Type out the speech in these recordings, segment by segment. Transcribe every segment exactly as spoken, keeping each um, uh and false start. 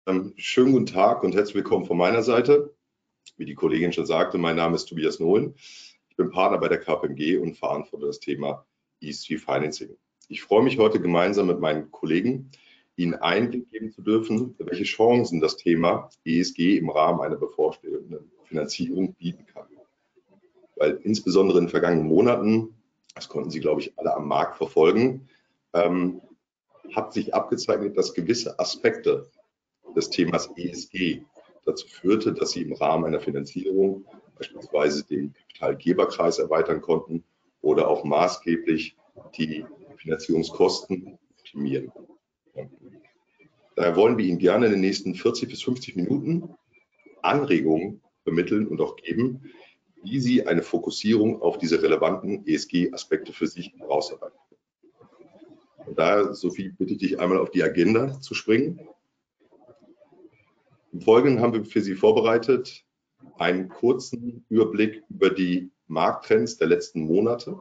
Ähm, schönen guten Tag und herzlich willkommen von meiner Seite. Wie die Kollegin schon sagte, mein Name ist Tobias Nohlen. Ich bin Partner bei der K P M G und verantworte das Thema E S G Financing. Ich freue mich heute gemeinsam mit meinen Kollegen, Ihnen Einblick geben zu dürfen, welche Chancen das Thema E S G im Rahmen einer bevorstehenden Finanzierung bieten kann. Weil insbesondere in den vergangenen Monaten, das konnten Sie, glaube ich, alle am Markt verfolgen, ähm, hat sich abgezeichnet, dass gewisse Aspekte des Themas E S G dazu führte, dass sie im Rahmen einer Finanzierung beispielsweise den Kapitalgeberkreis erweitern konnten oder auch maßgeblich die Finanzierungskosten optimieren konnten. Daher wollen wir Ihnen gerne in den nächsten vierzig bis fünfzig Minuten Anregungen vermitteln und auch geben, wie Sie eine Fokussierung auf diese relevanten E S G-Aspekte für sich herausarbeiten. Und daher, Sophie, bitte ich dich einmal auf die Agenda zu springen. Im Folgenden haben wir für Sie vorbereitet einen kurzen Überblick über die Markttrends der letzten Monate,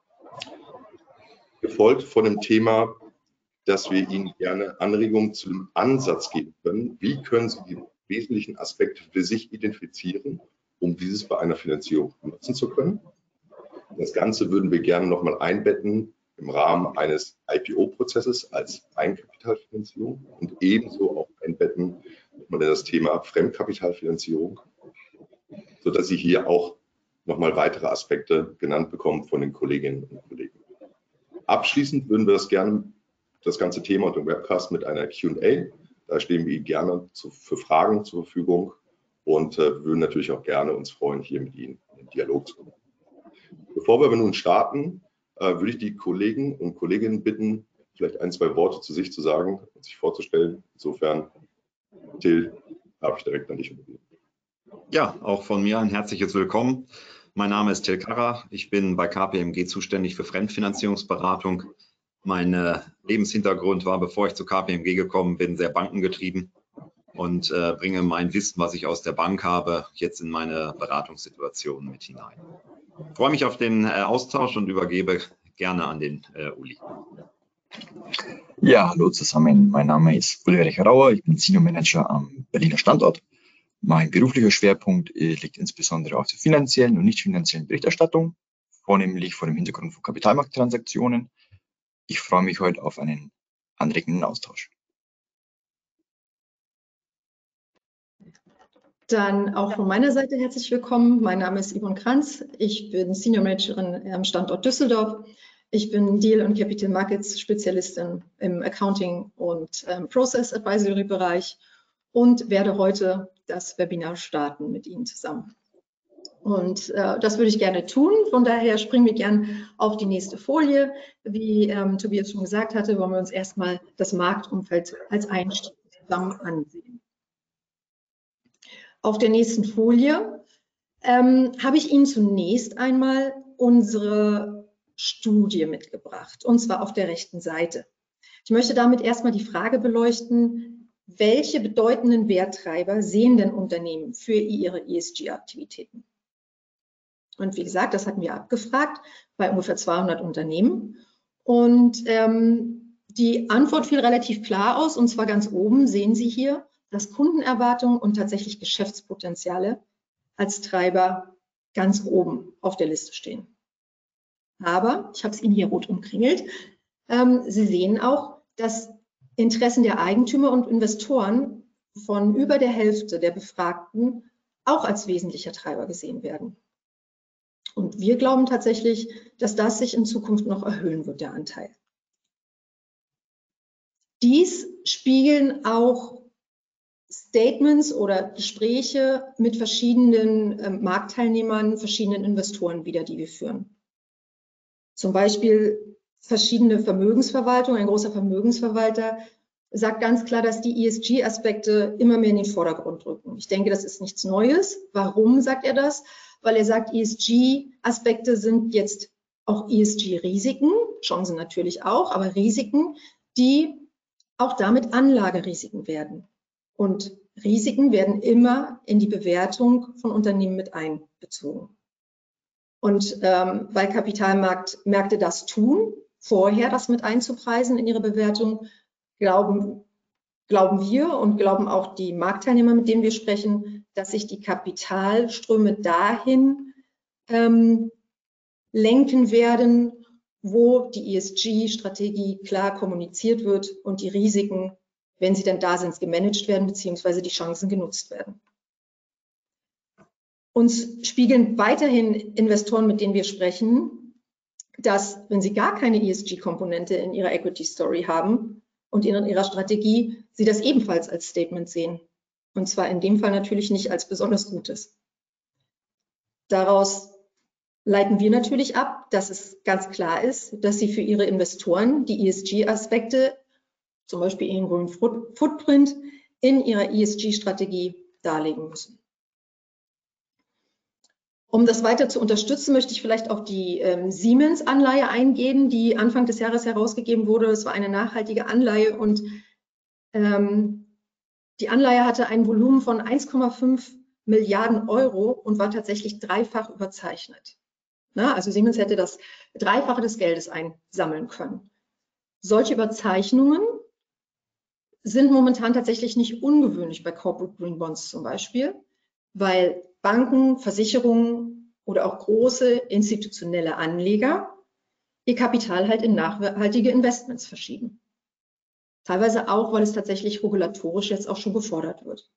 gefolgt von dem Thema, dass wir Ihnen gerne Anregungen zu dem Ansatz geben können. Wie können Sie die wesentlichen Aspekte für sich identifizieren, um dieses bei einer Finanzierung nutzen zu können? Das Ganze würden wir gerne nochmal einbetten im Rahmen eines I P O-Prozesses als Eigenkapitalfinanzierung und ebenso auch einbetten nochmal das Thema Fremdkapitalfinanzierung, sodass Sie hier auch nochmal weitere Aspekte genannt bekommen von den Kolleginnen und Kollegen. Abschließend würden wir das gerne, das ganze Thema und den Webcast mit einer Q und A. Da stehen wir Ihnen gerne zu, für Fragen zur Verfügung und äh, würden natürlich auch gerne uns freuen, hier mit Ihnen in den Dialog zu kommen. Bevor wir aber nun starten, äh, würde ich die Kollegen und Kolleginnen bitten, vielleicht ein, zwei Worte zu sich zu sagen und sich vorzustellen. Insofern, Till, darf ich direkt an dich übergeben. Ja, auch von mir ein herzliches Willkommen. Mein Name ist Till Karrer. Ich bin bei K P M G zuständig für Fremdfinanzierungsberatung. Mein äh, Lebenshintergrund war, bevor ich zu K P M G gekommen bin, sehr bankengetrieben und äh, bringe mein Wissen, was ich aus der Bank habe, jetzt in meine Beratungssituation mit hinein. Ich freue mich auf den äh, Austausch und übergebe gerne an den äh, Uli. Ja, hallo zusammen. Mein Name ist Ulrich Rauer. Ich bin Senior Manager am Berliner Standort. Mein beruflicher Schwerpunkt äh, liegt insbesondere auf der finanziellen und nicht finanziellen Berichterstattung, vornehmlich vor dem Hintergrund von Kapitalmarkttransaktionen. Ich freue mich heute auf einen anregenden Austausch. Dann auch von meiner Seite herzlich willkommen. Mein Name ist Yvonne Kranz. Ich bin Senior Managerin am Standort Düsseldorf. Ich bin Deal- und Capital Markets Spezialistin im Accounting und ähm, Process Advisory Bereich und werde heute das Webinar starten mit Ihnen zusammen. Und äh, das würde ich gerne tun. Von daher springen wir gern auf die nächste Folie. Wie ähm, Tobias schon gesagt hatte, wollen wir uns erstmal das Marktumfeld als Einstieg zusammen ansehen. Auf der nächsten Folie ähm, habe ich Ihnen zunächst einmal unsere Studie mitgebracht, und zwar auf der rechten Seite. Ich möchte damit erstmal die Frage beleuchten, welche bedeutenden Werttreiber sehen denn Unternehmen für ihre E S G-Aktivitäten? Und wie gesagt, das hatten wir abgefragt bei ungefähr zweihundert Unternehmen. Und ähm, die Antwort fiel relativ klar aus, und zwar ganz oben sehen Sie hier, dass Kundenerwartungen und tatsächlich Geschäftspotenziale als Treiber ganz oben auf der Liste stehen. Aber, ich habe es Ihnen hier rot umkringelt, ähm, Sie sehen auch, dass Interessen der Eigentümer und Investoren von über der Hälfte der Befragten auch als wesentlicher Treiber gesehen werden. Und wir glauben tatsächlich, dass das sich in Zukunft noch erhöhen wird, der Anteil. Dies spiegeln auch Statements oder Gespräche mit verschiedenen äh, Marktteilnehmern, verschiedenen Investoren wider, die wir führen. Zum Beispiel verschiedene Vermögensverwaltungen. Ein großer Vermögensverwalter sagt ganz klar, dass die E S G-Aspekte immer mehr in den Vordergrund rücken. Ich denke, das ist nichts Neues. Warum sagt er das? Weil er sagt, E S G-Aspekte sind jetzt auch E S G-Risiken, Chancen natürlich auch, aber Risiken, die auch damit Anlagerisiken werden. Und Risiken werden immer in die Bewertung von Unternehmen mit einbezogen. Und ähm, weil Kapitalmärkte das tun, vorher das mit einzupreisen in ihre Bewertung, glauben, glauben wir und glauben auch die Marktteilnehmer, mit denen wir sprechen, dass sich die Kapitalströme dahin ähm, lenken werden, wo die E S G-Strategie klar kommuniziert wird und die Risiken, wenn sie dann da sind, gemanagt werden, beziehungsweise die Chancen genutzt werden. Uns spiegeln weiterhin Investoren, mit denen wir sprechen, dass, wenn sie gar keine E S G-Komponente in ihrer Equity-Story haben und in ihrer Strategie, sie das ebenfalls als Statement sehen. Und zwar in dem Fall natürlich nicht als besonders gutes. Daraus leiten wir natürlich ab, dass es ganz klar ist, dass sie für ihre Investoren die E S G-Aspekte, zum Beispiel ihren Green Footprint, in ihrer E S G-Strategie darlegen müssen. Um das weiter zu unterstützen, möchte ich vielleicht auf die ähm, Siemens-Anleihe eingehen, die Anfang des Jahres herausgegeben wurde. Es war eine nachhaltige Anleihe und ähm, die Anleihe hatte ein Volumen von eins Komma fünf Milliarden Euro und war tatsächlich dreifach überzeichnet. Na, also Siemens hätte das Dreifache des Geldes einsammeln können. Solche Überzeichnungen sind momentan tatsächlich nicht ungewöhnlich bei Corporate Green Bonds zum Beispiel, weil Banken, Versicherungen oder auch große institutionelle Anleger ihr Kapital halt in nachhaltige Investments verschieben. Teilweise auch, weil es tatsächlich regulatorisch jetzt auch schon gefordert wird.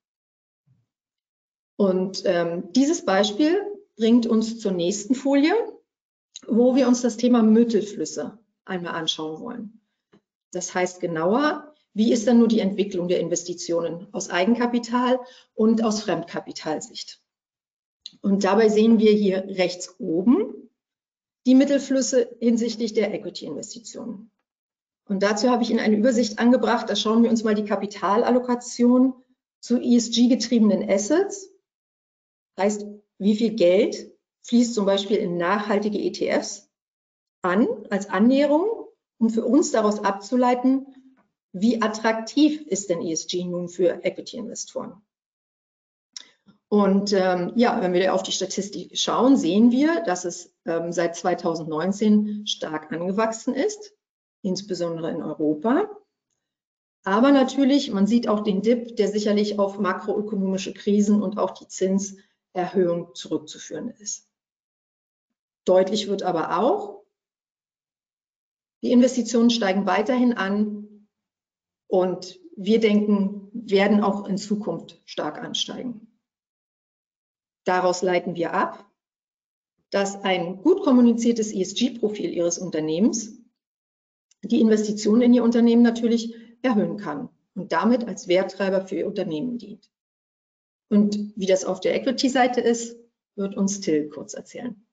Und ähm, dieses Beispiel bringt uns zur nächsten Folie, wo wir uns das Thema Mittelflüsse einmal anschauen wollen. Das heißt genauer, wie ist dann nur die Entwicklung der Investitionen aus Eigenkapital und aus Fremdkapitalsicht. Und dabei sehen wir hier rechts oben die Mittelflüsse hinsichtlich der Equity-Investitionen. Und dazu habe ich Ihnen eine Übersicht angebracht. Da schauen wir uns mal die Kapitalallokation zu E S G-getriebenen Assets. Heißt, wie viel Geld fließt zum Beispiel in nachhaltige E T Fs an, als Annäherung, um für uns daraus abzuleiten, wie attraktiv ist denn E S G nun für Equity-Investoren. Und ähm, ja, wenn wir auf die Statistik schauen, sehen wir, dass es ähm, seit zweitausendneunzehn stark angewachsen ist, insbesondere in Europa. Aber natürlich, man sieht auch den Dip, der sicherlich auf makroökonomische Krisen und auch die Zinserhöhung zurückzuführen ist. Deutlich wird aber auch, die Investitionen steigen weiterhin an und wir denken, werden auch in Zukunft stark ansteigen. Daraus leiten wir ab, dass ein gut kommuniziertes E S G-Profil Ihres Unternehmens die Investitionen in Ihr Unternehmen natürlich erhöhen kann und damit als Werttreiber für Ihr Unternehmen dient. Und wie das auf der Equity-Seite ist, wird uns Till kurz erzählen.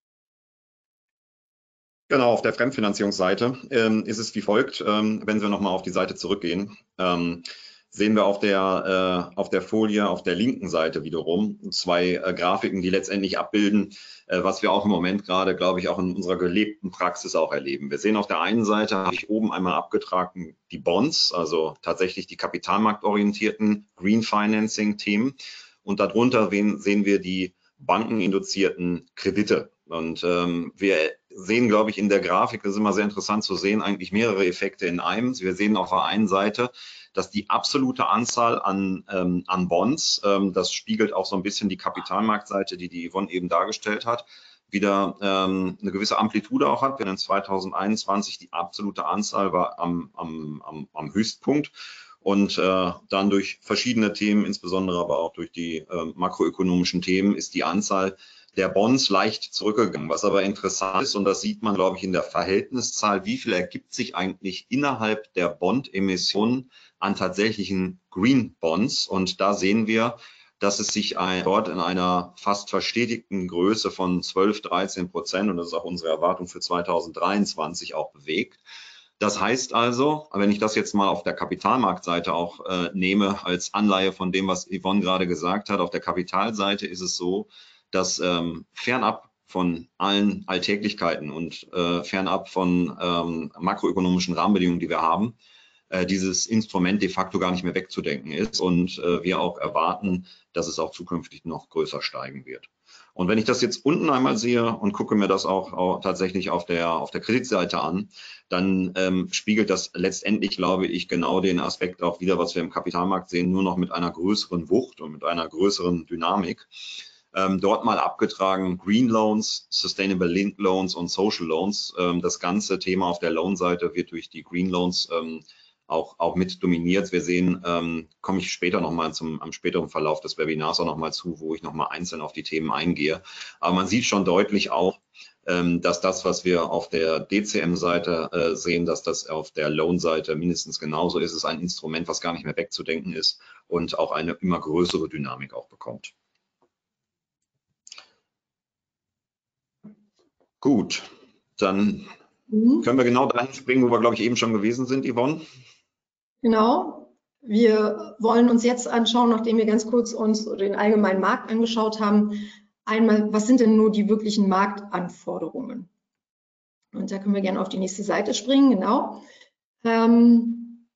Genau, auf der Fremdfinanzierungsseite ähm, ist es wie folgt, ähm, wenn wir nochmal auf die Seite zurückgehen, ähm, sehen wir auf der, äh, auf der Folie auf der linken Seite wiederum zwei äh, Grafiken, die letztendlich abbilden, äh, was wir auch im Moment gerade, glaube ich, auch in unserer gelebten Praxis auch erleben. Wir sehen auf der einen Seite, habe ich oben einmal abgetragen, die Bonds, also tatsächlich die kapitalmarktorientierten Green Financing-Themen. Und darunter sehen wir die bankeninduzierten Kredite. Und ähm, wir sehen, glaube ich, in der Grafik, das ist immer sehr interessant zu sehen, eigentlich mehrere Effekte in einem. Wir sehen auf der einen Seite, dass die absolute Anzahl an, ähm, an Bonds, ähm, das spiegelt auch so ein bisschen die Kapitalmarktseite, die die Yvonne eben dargestellt hat, wieder ähm, eine gewisse Amplitude auch hat. Während zweitausendeinundzwanzig die absolute Anzahl war am, am, am, am Höchstpunkt. Und äh, dann durch verschiedene Themen, insbesondere aber auch durch die äh, makroökonomischen Themen, ist die Anzahl der Bonds leicht zurückgegangen. Was aber interessant ist, und das sieht man, glaube ich, in der Verhältniszahl, wie viel ergibt sich eigentlich innerhalb der Bond-Emissionen an tatsächlichen Green Bonds. Und da sehen wir, dass es sich ein, dort in einer fast verstetigten Größe von zwölf, dreizehn Prozent, und das ist auch unsere Erwartung für zweitausenddreiundzwanzig, auch bewegt. Das heißt also, wenn ich das jetzt mal auf der Kapitalmarktseite auch äh, nehme als Anleihe von dem, was Yvonne gerade gesagt hat, auf der Kapitalseite ist es so, dass ähm, fernab von allen Alltäglichkeiten und äh, fernab von ähm, makroökonomischen Rahmenbedingungen, die wir haben, äh, dieses Instrument de facto gar nicht mehr wegzudenken ist und äh, wir auch erwarten, dass es auch zukünftig noch größer steigen wird. Und wenn ich das jetzt unten einmal sehe und gucke mir das auch, auch tatsächlich auf der, auf der Kreditseite an, dann ähm, spiegelt das letztendlich, glaube ich, genau den Aspekt auch wieder, was wir im Kapitalmarkt sehen, nur noch mit einer größeren Wucht und mit einer größeren Dynamik. Ähm, dort mal abgetragen Green Loans, Sustainable Linked Loans und Social Loans. Ähm, das ganze Thema auf der Loan-Seite wird durch die Green Loans ähm, auch, auch mit dominiert. Wir sehen, ähm, komme ich später nochmal zum am späteren Verlauf des Webinars auch nochmal zu, wo ich nochmal einzeln auf die Themen eingehe. Aber man sieht schon deutlich auch, ähm, dass das, was wir auf der D C M-Seite äh, sehen, dass das auf der Loan-Seite mindestens genauso ist. Es ist ein Instrument, was gar nicht mehr wegzudenken ist und auch eine immer größere Dynamik auch bekommt. Gut, dann mhm. können wir genau dahin springen, wo wir, glaube ich, eben schon gewesen sind, Yvonne. Genau. Wir wollen uns jetzt anschauen, nachdem wir ganz kurz uns den allgemeinen Markt angeschaut haben, einmal, was sind denn nur die wirklichen Marktanforderungen? Und da können wir gerne auf die nächste Seite springen, genau. Ähm,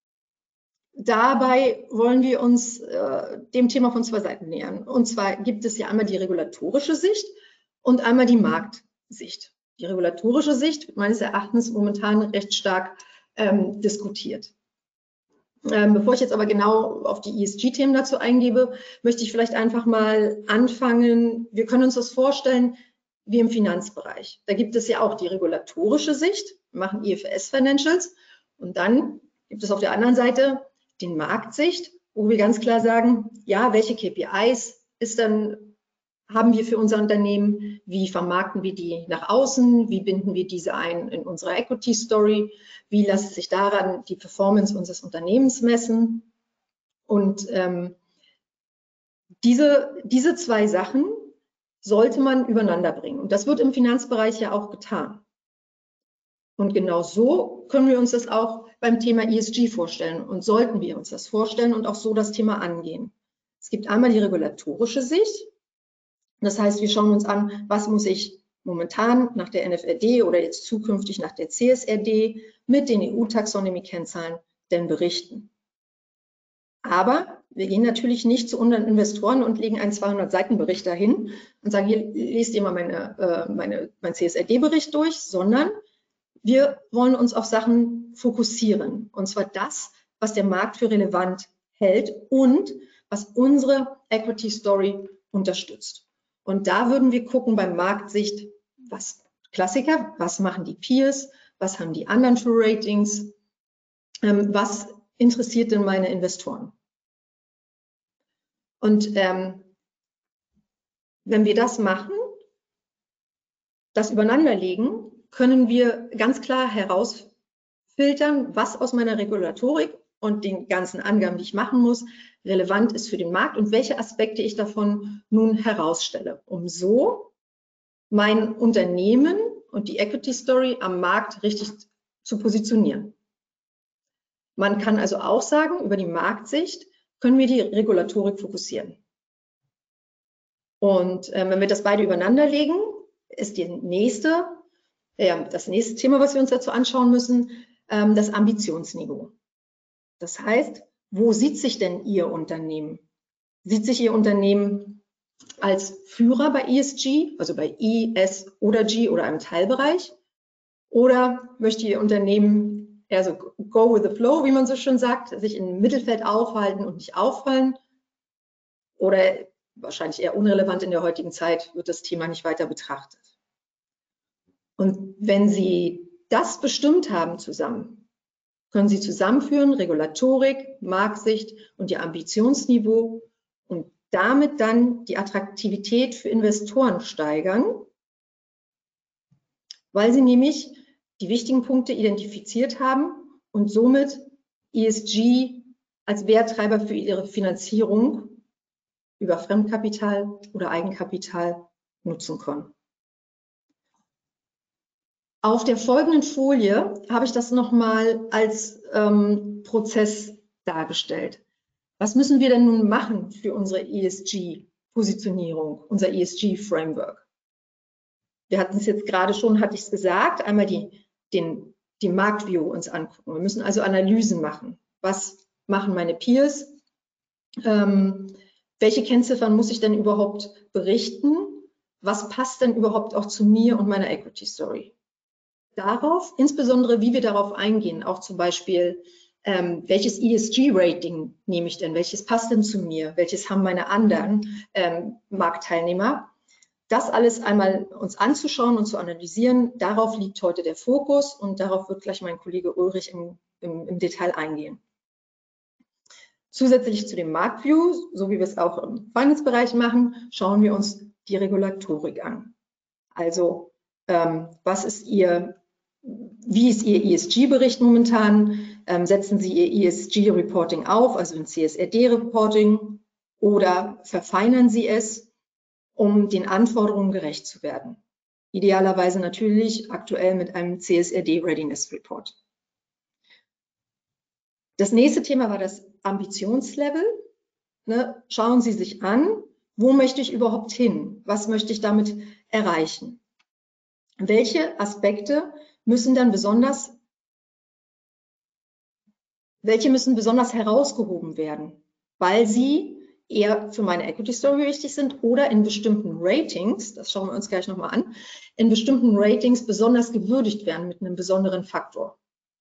dabei wollen wir uns äh, dem Thema von zwei Seiten nähern. Und zwar gibt es ja einmal die regulatorische Sicht und einmal die Marktsicht. Die regulatorische Sicht wird meines Erachtens momentan recht stark ähm, diskutiert. Ähm, bevor ich jetzt aber genau auf die E S G-Themen dazu eingebe, möchte ich vielleicht einfach mal anfangen. Wir können uns das vorstellen wie im Finanzbereich. Da gibt es ja auch die regulatorische Sicht, wir machen I F R S-Financials und dann gibt es auf der anderen Seite den Marktsicht, wo wir ganz klar sagen, ja, welche K P Is ist dann, haben wir für unser Unternehmen, wie vermarkten wir die nach außen, wie binden wir diese ein in unsere Equity Story, wie lässt sich daran die Performance unseres Unternehmens messen. Und ähm, diese, diese zwei Sachen sollte man übereinander bringen. Und das wird im Finanzbereich ja auch getan. Und genau so können wir uns das auch beim Thema E S G vorstellen und sollten wir uns das vorstellen und auch so das Thema angehen. Es gibt einmal die regulatorische Sicht. Das heißt, wir schauen uns an, was muss ich momentan nach der N F R D oder jetzt zukünftig nach der C S R D mit den E U-Taxonomie-Kennzahlen denn berichten. Aber wir gehen natürlich nicht zu unseren Investoren und legen einen zweihundert-Seiten-Bericht dahin und sagen, hier lest ihr mal meine, äh, meine, mein C S R D-Bericht durch, sondern wir wollen uns auf Sachen fokussieren. Und zwar das, was der Markt für relevant hält und was unsere Equity Story unterstützt. Und da würden wir gucken beim Marktsicht, was Klassiker, was machen die Peers, was haben die anderen True Ratings, ähm, was interessiert denn meine Investoren? Und ähm, wenn wir das machen, das übereinanderlegen, können wir ganz klar herausfiltern, was aus meiner Regulatorik und den ganzen Angaben, die ich machen muss, relevant ist für den Markt und welche Aspekte ich davon nun herausstelle, um so mein Unternehmen und die Equity Story am Markt richtig zu positionieren. Man kann also auch sagen, über die Marktsicht können wir die Regulatorik fokussieren. Und äh, wenn wir das beide übereinander legen, ist die nächste, äh, das nächste Thema, was wir uns dazu anschauen müssen, ähm, das Ambitionsniveau. Das heißt, wo sieht sich denn Ihr Unternehmen? Sieht sich Ihr Unternehmen als Führer bei E S G, also bei E, S oder G oder einem Teilbereich? Oder möchte Ihr Unternehmen eher so go with the flow, wie man so schön sagt, sich im Mittelfeld aufhalten und nicht auffallen? Oder wahrscheinlich eher unrelevant in der heutigen Zeit, wird das Thema nicht weiter betrachtet. Und wenn Sie das bestimmt haben zusammen, können Sie zusammenführen, Regulatorik, Marktsicht und Ihr Ambitionsniveau und damit dann die Attraktivität für Investoren steigern, weil Sie nämlich die wichtigen Punkte identifiziert haben und somit E S G als Werttreiber für Ihre Finanzierung über Fremdkapital oder Eigenkapital nutzen können. Auf der folgenden Folie habe ich das nochmal als ähm, Prozess dargestellt. Was müssen wir denn nun machen für unsere E S G-Positionierung, unser E S G-Framework? Wir hatten es jetzt gerade schon, hatte ich es gesagt, einmal die, den, die Marktview uns angucken. Wir müssen also Analysen machen. Was machen meine Peers? Ähm, welche Kennziffern muss ich denn überhaupt berichten? was passt denn überhaupt auch zu mir und meiner Equity Story? Darauf, insbesondere wie wir darauf eingehen, auch zum Beispiel, ähm, welches E S G-Rating nehme ich denn, welches passt denn zu mir, welches haben meine anderen ähm, Marktteilnehmer, das alles einmal uns anzuschauen und zu analysieren, darauf liegt heute der Fokus und darauf wird gleich mein Kollege Ulrich im, im, im Detail eingehen. Zusätzlich zu dem Marktview, so wie wir es auch im Finance-Bereich machen, schauen wir uns die Regulatorik an. Also ähm, was ist Ihr, wie ist Ihr E S G-Bericht momentan? Ähm, setzen Sie Ihr E S G-Reporting auf, also ein C S R D-Reporting, oder verfeinern Sie es, um den Anforderungen gerecht zu werden? Idealerweise natürlich aktuell mit einem C S R D-Readiness-Report. Das nächste Thema war das Ambitionslevel. Ne? Schauen Sie sich an, wo möchte ich überhaupt hin? Was möchte ich damit erreichen? Welche Aspekte müssen dann besonders, welche müssen besonders herausgehoben werden, weil sie eher für meine Equity Story wichtig sind oder in bestimmten Ratings, das schauen wir uns gleich nochmal an, in bestimmten Ratings besonders gewürdigt werden mit einem besonderen Faktor.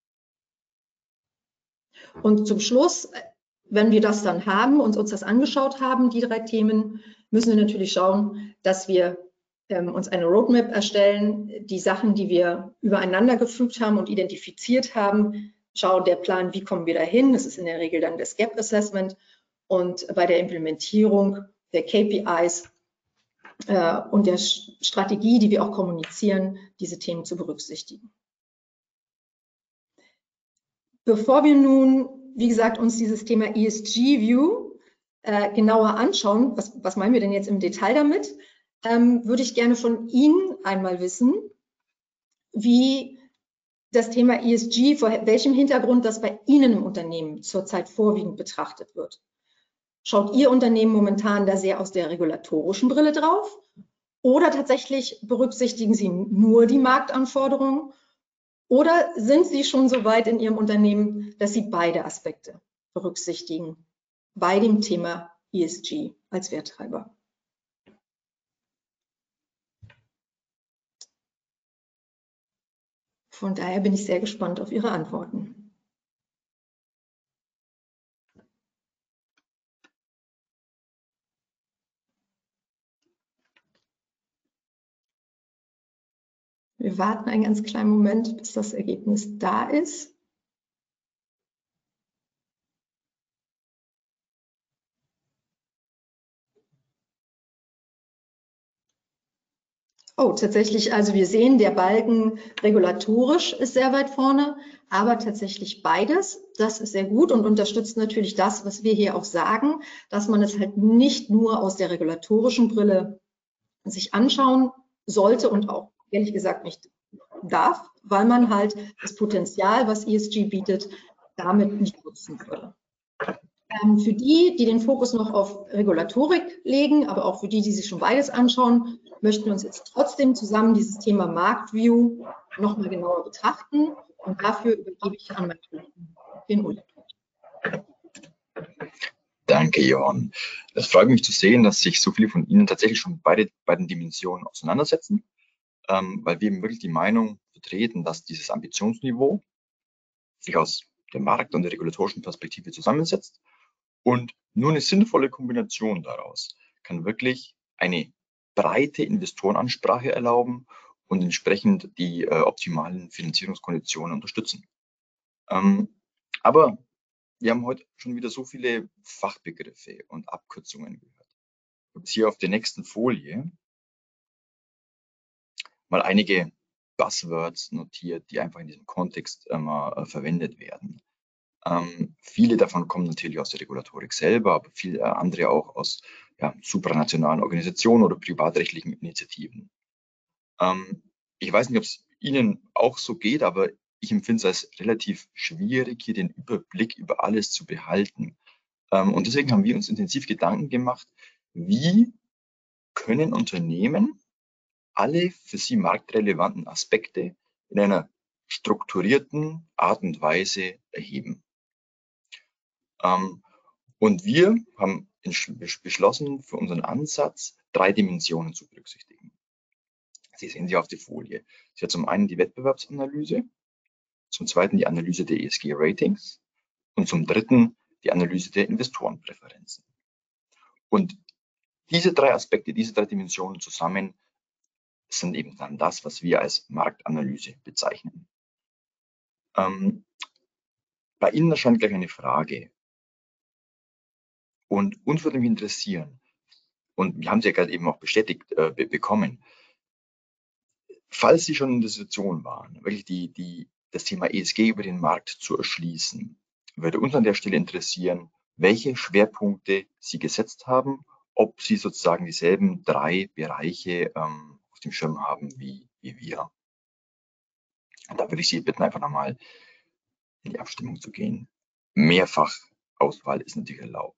Und zum Schluss, wenn wir das dann haben und uns das angeschaut haben, die drei Themen, müssen wir natürlich schauen, dass wir ähm, uns eine Roadmap erstellen, die Sachen, die wir übereinander gefügt haben und identifiziert haben, schauen der Plan, wie kommen wir dahin, das ist in der Regel dann das Gap Assessment und bei der Implementierung der K P Is äh, und der Strategie, die wir auch kommunizieren, diese Themen zu berücksichtigen. Bevor wir nun, wie gesagt, uns dieses Thema E S G-View äh, genauer anschauen, was, was meinen wir denn jetzt im Detail damit, ähm, würde ich gerne von Ihnen einmal wissen, wie das Thema E S G, vor welchem Hintergrund das bei Ihnen im Unternehmen zurzeit vorwiegend betrachtet wird. Schaut Ihr Unternehmen momentan da sehr aus der regulatorischen Brille drauf oder tatsächlich berücksichtigen Sie nur die Marktanforderungen? Oder sind Sie schon so weit in Ihrem Unternehmen, dass Sie beide Aspekte berücksichtigen bei dem Thema E S G als Werttreiber? Von daher bin ich sehr gespannt auf Ihre Antworten. Wir warten einen ganz kleinen Moment, bis das Ergebnis da ist. Oh, tatsächlich, also wir sehen, der Balken regulatorisch ist sehr weit vorne, aber tatsächlich beides, das ist sehr gut und unterstützt natürlich das, was wir hier auch sagen, dass man es halt nicht nur aus der regulatorischen Brille sich anschauen sollte und auch ehrlich gesagt nicht darf, weil man halt das Potenzial, was E S G bietet, damit nicht nutzen würde. Ähm, für die, die den Fokus noch auf Regulatorik legen, aber auch für die, die sich schon beides anschauen, möchten wir uns jetzt trotzdem zusammen dieses Thema Marktview nochmal genauer betrachten. Und dafür übergebe ich an meinen Kollegen, den Ulrich. Danke, Johann. Es freut mich zu sehen, dass sich so viele von Ihnen tatsächlich schon beide beiden Dimensionen auseinandersetzen, ähm, weil wir eben wirklich die Meinung vertreten, dass dieses Ambitionsniveau sich aus der Markt- und der regulatorischen Perspektive zusammensetzt. Und nur eine sinnvolle Kombination daraus kann wirklich eine breite Investorenansprache erlauben und entsprechend die äh, optimalen Finanzierungskonditionen unterstützen. Ähm, aber wir haben heute schon wieder so viele Fachbegriffe und Abkürzungen gehört. Ich habe hier auf der nächsten Folie mal einige Buzzwords notiert, die einfach in diesem Kontext immer äh, verwendet werden. Ähm, viele davon kommen natürlich aus der Regulatorik selber, aber viele äh, andere auch aus ja, supranationalen Organisationen oder privatrechtlichen Initiativen. Ähm, ich weiß nicht, ob es Ihnen auch so geht, aber ich empfinde es als relativ schwierig, hier den Überblick über alles zu behalten. Ähm, und deswegen haben wir uns intensiv Gedanken gemacht, wie können Unternehmen alle für sie marktrelevanten Aspekte in einer strukturierten Art und Weise erheben. Ähm, und wir haben beschlossen, für unseren Ansatz drei Dimensionen zu berücksichtigen. Sie sehen sie auf der Folie. Sie hat zum einen die Wettbewerbsanalyse, zum zweiten die Analyse der E S G-Ratings und zum dritten die Analyse der Investorenpräferenzen. Und diese drei Aspekte, diese drei Dimensionen zusammen sind eben dann das, was wir als Marktanalyse bezeichnen. Ähm, bei Ihnen erscheint gleich eine Frage. Und uns würde mich interessieren, und wir haben sie ja gerade eben auch bestätigt äh, be bekommen, falls Sie schon in der Situation waren, wirklich die, die, das Thema E S G über den Markt zu erschließen, würde uns an der Stelle interessieren, welche Schwerpunkte Sie gesetzt haben, ob Sie sozusagen dieselben drei Bereiche ähm, auf dem Schirm haben wie, wie wir. Und da würde ich Sie bitten, einfach nochmal in die Abstimmung zu gehen. Mehrfachauswahl ist natürlich erlaubt.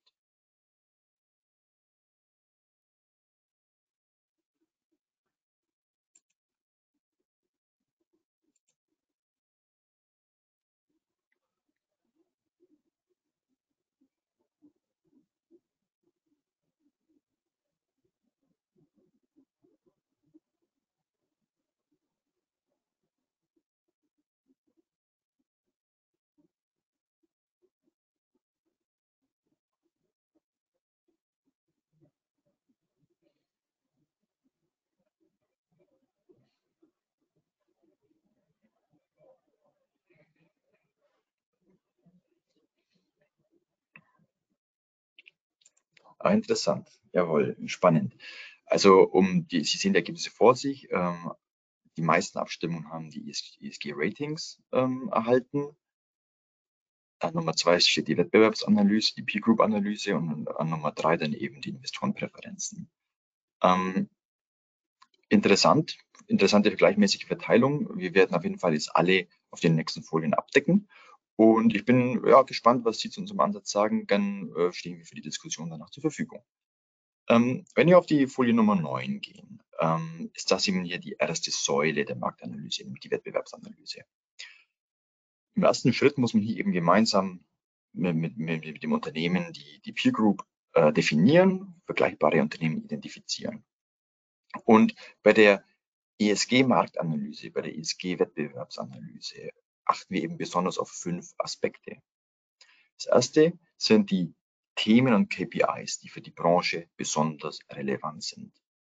Ah, interessant. Jawohl, spannend. Also um die, Sie sehen die Ergebnisse vor sich. Ähm, die meisten Abstimmungen haben die E S G-Ratings ähm, erhalten. An Nummer zwei steht die Wettbewerbsanalyse, die Peer Group Analyse und an Nummer drei dann eben die Investorenpräferenzen. Ähm, interessant, interessante vergleichmäßige Verteilung. Wir werden auf jeden Fall jetzt alle auf den nächsten Folien abdecken. Und ich bin ja, gespannt, was Sie zu unserem Ansatz sagen. Dann äh, stehen wir für die Diskussion danach zur Verfügung. Ähm, wenn wir auf die Folie Nummer neun gehen, ähm, ist das eben hier die erste Säule der Marktanalyse, nämlich die Wettbewerbsanalyse. Im ersten Schritt muss man hier eben gemeinsam mit, mit, mit dem Unternehmen die, die Peer Group äh, definieren, vergleichbare Unternehmen identifizieren. Und bei der E S G-Marktanalyse, bei der E S G-Wettbewerbsanalyse achten wir eben besonders auf fünf Aspekte. Das erste sind die Themen und K P Is, die für die Branche besonders relevant sind.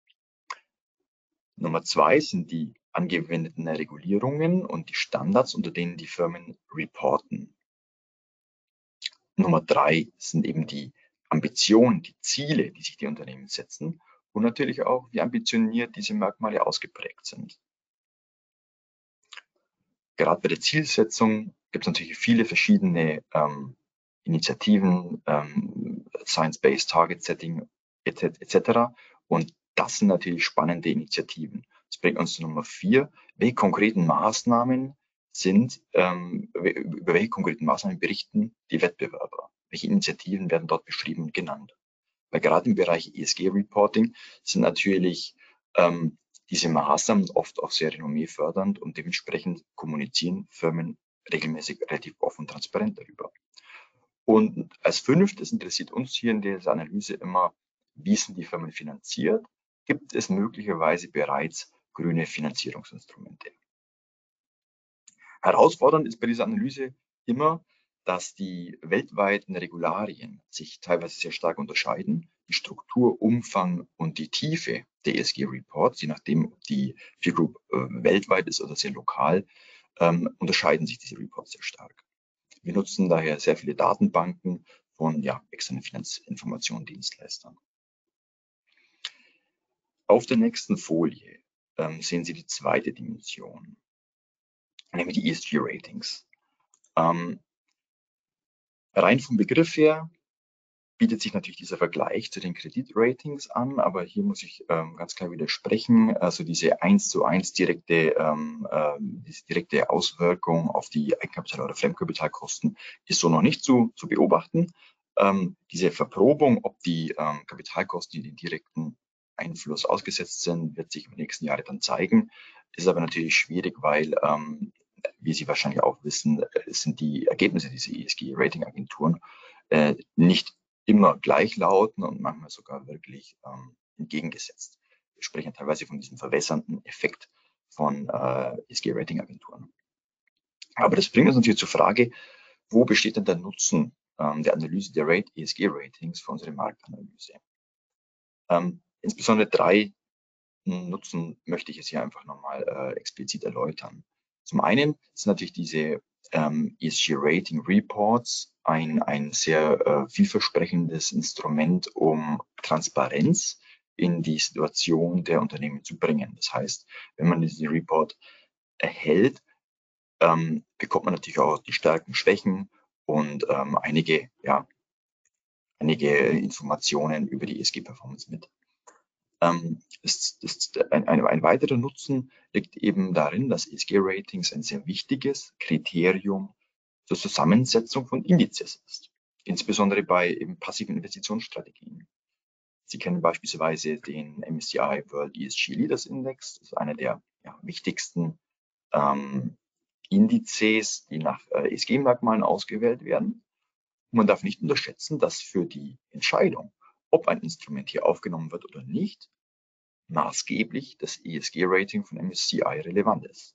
Nummer zwei sind die angewendeten Regulierungen und die Standards, unter denen die Firmen reporten. Nummer drei sind eben die Ambitionen, die Ziele, die sich die Unternehmen setzen und natürlich auch, wie ambitioniert diese Merkmale ausgeprägt sind. Gerade bei der Zielsetzung gibt es natürlich viele verschiedene ähm, Initiativen, ähm, Science-Based Target Setting et cetera. Und das sind natürlich spannende Initiativen. Das bringt uns zu Nummer vier. Welche konkreten Maßnahmen sind, ähm, über welche konkreten Maßnahmen berichten die Wettbewerber? Welche Initiativen werden dort beschrieben und genannt? Weil gerade im Bereich E S G-Reporting sind natürlich ähm, diese Maßnahmen oft auch sehr renommee-fördernd und dementsprechend kommunizieren Firmen regelmäßig relativ offen und transparent darüber. Und als fünftes interessiert uns hier in dieser Analyse immer, wie sind die Firmen finanziert? Gibt es möglicherweise bereits grüne Finanzierungsinstrumente? Herausfordernd ist bei dieser Analyse immer, dass die weltweiten Regularien sich teilweise sehr stark unterscheiden. Die Struktur, Umfang und die Tiefe der E S G-Reports, je nachdem, ob die Peer Group äh, weltweit ist oder sehr lokal, ähm, unterscheiden sich diese Reports sehr stark. Wir nutzen daher sehr viele Datenbanken von ja, externen Finanzinformationsdienstleistern. Auf der nächsten Folie ähm, sehen Sie die zweite Dimension, nämlich die E S G-Ratings. Ähm, rein vom Begriff her bietet sich natürlich dieser Vergleich zu den Kreditratings an, aber hier muss ich ähm, ganz klar widersprechen. Also diese eins zu eins direkte, ähm, äh, diese direkte Auswirkung auf die Eigenkapital- oder Fremdkapitalkosten ist so noch nicht zu, zu beobachten. Ähm, diese Verprobung, ob die ähm, Kapitalkosten den direkten Einfluss ausgesetzt sind, wird sich im nächsten Jahre dann zeigen. Ist aber natürlich schwierig, weil, ähm, wie Sie wahrscheinlich auch wissen, sind die Ergebnisse dieser E S G-Rating-Agenturen äh, nicht immer gleich lauten und manchmal sogar wirklich ähm, entgegengesetzt. sprechen teilweise von diesem verwässernden Effekt von äh, E S G-Rating-Agenturen. Aber das bringt uns natürlich zur Frage, wo besteht denn der Nutzen ähm, der Analyse der E S G-Ratings für unsere Marktanalyse? Ähm, insbesondere drei Nutzen möchte ich es hier einfach nochmal äh, explizit erläutern. Zum einen sind natürlich diese ähm, E S G-Rating Reports ein, ein sehr äh, vielversprechendes Instrument, um Transparenz in die Situation der Unternehmen zu bringen. Das heißt, wenn man diesen Report erhält, ähm, bekommt man natürlich auch die Stärken, Schwächen und ähm, einige, ja, einige Informationen über die E S G-Performance mit. Ähm, das, das, ein, ein, ein weiterer Nutzen liegt eben darin, dass E S G-Ratings ein sehr wichtiges Kriterium zur Zusammensetzung von Indizes ist, insbesondere bei eben passiven Investitionsstrategien. Sie kennen beispielsweise den M S C I World E S G Leaders Index, das ist einer der ja, wichtigsten ähm, Indizes, die nach äh, E S G-Merkmalen ausgewählt werden. Und man darf nicht unterschätzen, dass für die Entscheidung, ob ein Instrument hier aufgenommen wird oder nicht, maßgeblich das E S G-Rating von M S C I relevant ist.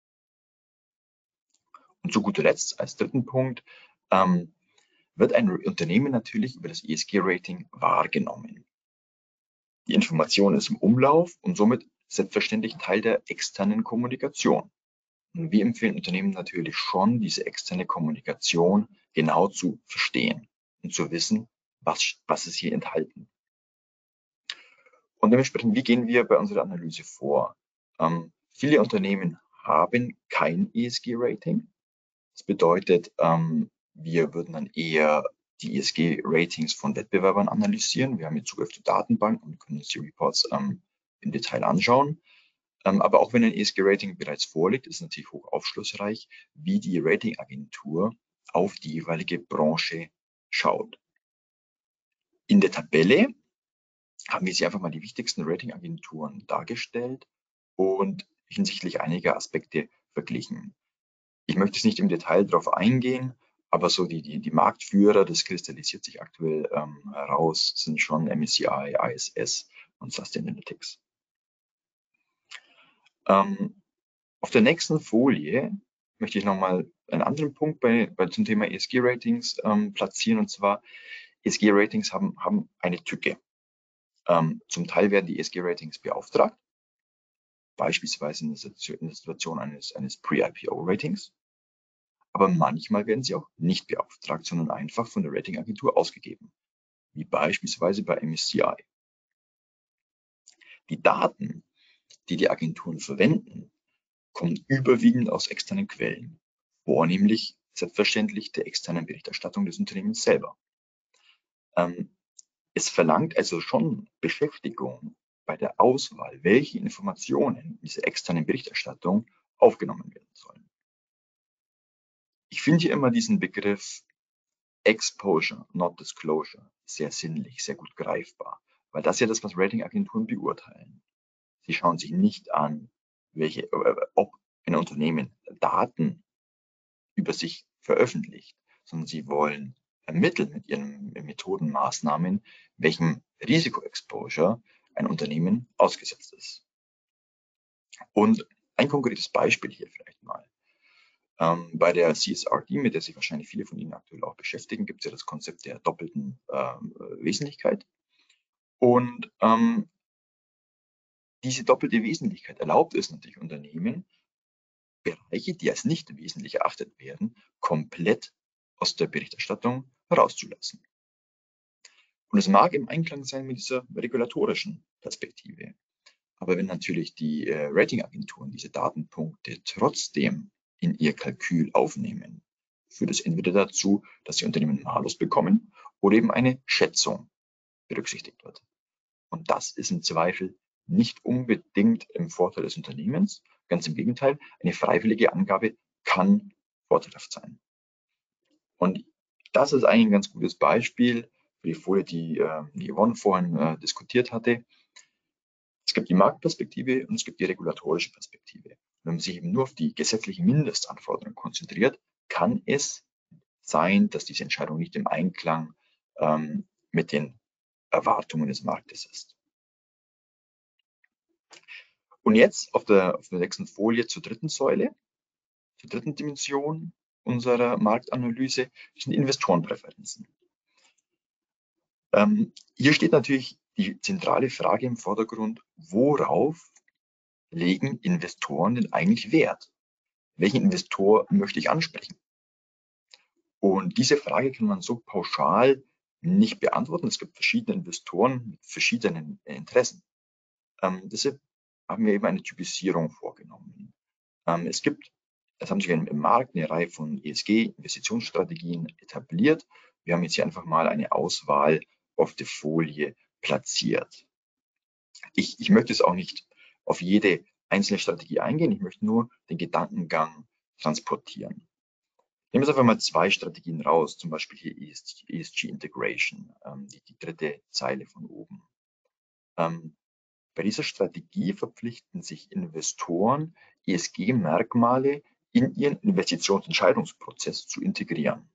Und zu guter Letzt, als dritten Punkt, ähm, wird ein Unternehmen natürlich über das E S G-Rating wahrgenommen. Die Information ist im Umlauf und somit selbstverständlich Teil der externen Kommunikation. Und wir empfehlen Unternehmen natürlich schon, diese externe Kommunikation genau zu verstehen und zu wissen, was, was ist hier enthalten. Und dementsprechend, wie gehen wir bei unserer Analyse vor? Ähm, viele Unternehmen haben kein E S G-Rating. Das bedeutet, ähm, wir würden dann eher die E S G-Ratings von Wettbewerbern analysieren. Wir haben jetzt Zugriff zur Datenbank und können uns die Reports ähm, im Detail anschauen. Ähm, aber auch wenn ein E S G-Rating bereits vorliegt, ist es natürlich hoch aufschlussreich, wie die Ratingagentur auf die jeweilige Branche schaut. In der Tabelle haben wir sie einfach mal die wichtigsten Ratingagenturen dargestellt und hinsichtlich einiger Aspekte verglichen. Ich möchte jetzt nicht im Detail darauf eingehen, aber so die, die, die Marktführer, das kristallisiert sich aktuell ähm, heraus, sind schon M S C I, I S S und Sustainalytics. Ähm, auf der nächsten Folie möchte ich nochmal einen anderen Punkt bei, bei zum Thema E S G-Ratings ähm, platzieren, und zwar E S G-Ratings haben, haben eine Tücke. Ähm, zum Teil werden die E S G-Ratings beauftragt, beispielsweise in der Situation eines, eines Pre-I P O-Ratings. Aber manchmal werden sie auch nicht beauftragt, sondern einfach von der Ratingagentur ausgegeben, wie beispielsweise bei M S C I. Die Daten, die die Agenturen verwenden, kommen überwiegend aus externen Quellen, vornehmlich selbstverständlich der externen Berichterstattung des Unternehmens selber. Ähm, es verlangt also schon Beschäftigung bei der Auswahl, welche Informationen in dieser externen Berichterstattung aufgenommen werden sollen. Ich finde hier immer diesen Begriff Exposure, not Disclosure sehr sinnlich, sehr gut greifbar, weil das ist ja das, was Ratingagenturen beurteilen. Sie schauen sich nicht an, welche, äh, ob ein Unternehmen Daten über sich veröffentlicht, sondern sie wollen ermitteln mit ihren Methoden, Maßnahmen, welchem Risikoexposure ein Unternehmen ausgesetzt ist. Und ein konkretes Beispiel hier vielleicht mal. Ähm, bei der C S R D, mit der sich wahrscheinlich viele von Ihnen aktuell auch beschäftigen, gibt es ja das Konzept der doppelten ähm, Wesentlichkeit. Und ähm, diese doppelte Wesentlichkeit erlaubt es natürlich Unternehmen, Bereiche, die als nicht wesentlich erachtet werden, komplett aus der Berichterstattung herauszulassen. Und es mag im Einklang sein mit dieser regulatorischen Perspektive. Aber wenn natürlich die äh, Ratingagenturen diese Datenpunkte trotzdem in ihr Kalkül aufnehmen, führt es entweder dazu, dass die Unternehmen Malus bekommen oder eben eine Schätzung berücksichtigt wird. Und das ist im Zweifel nicht unbedingt im Vorteil des Unternehmens. Ganz im Gegenteil, eine freiwillige Angabe kann vorteilhaft sein. Und das ist eigentlich ein ganz gutes Beispiel für die Folie, die, äh, die Yvonne vorhin äh, diskutiert hatte. Es gibt die Marktperspektive und es gibt die regulatorische Perspektive. Und wenn man sich eben nur auf die gesetzlichen Mindestanforderungen konzentriert, kann es sein, dass diese Entscheidung nicht im Einklang ähm, mit den Erwartungen des Marktes ist. Und jetzt auf der, auf der nächsten Folie zur dritten Säule, zur dritten Dimension unserer Marktanalyse, sind Investorenpräferenzen. Ähm, hier steht natürlich die zentrale Frage im Vordergrund: Worauf legen Investoren denn eigentlich Wert? Welchen Investor möchte ich ansprechen? Und diese Frage kann man so pauschal nicht beantworten. Es gibt verschiedene Investoren mit verschiedenen Interessen. Ähm, deshalb haben wir eben eine Typisierung vorgenommen. Ähm, es gibt, es haben sich im Markt eine Reihe von E S G-Investitionsstrategien etabliert. Wir haben jetzt hier einfach mal eine Auswahl auf der Folie platziert. Ich, ich möchte es auch nicht auf jede einzelne Strategie eingehen. Ich möchte nur den Gedankengang transportieren. Nehmen wir jetzt einfach mal zwei Strategien raus, zum Beispiel hier E S G Integration, ähm, die, die dritte Zeile von oben. Ähm, bei dieser Strategie verpflichten sich Investoren, E S G-Merkmale in ihren Investitionsentscheidungsprozess zu integrieren.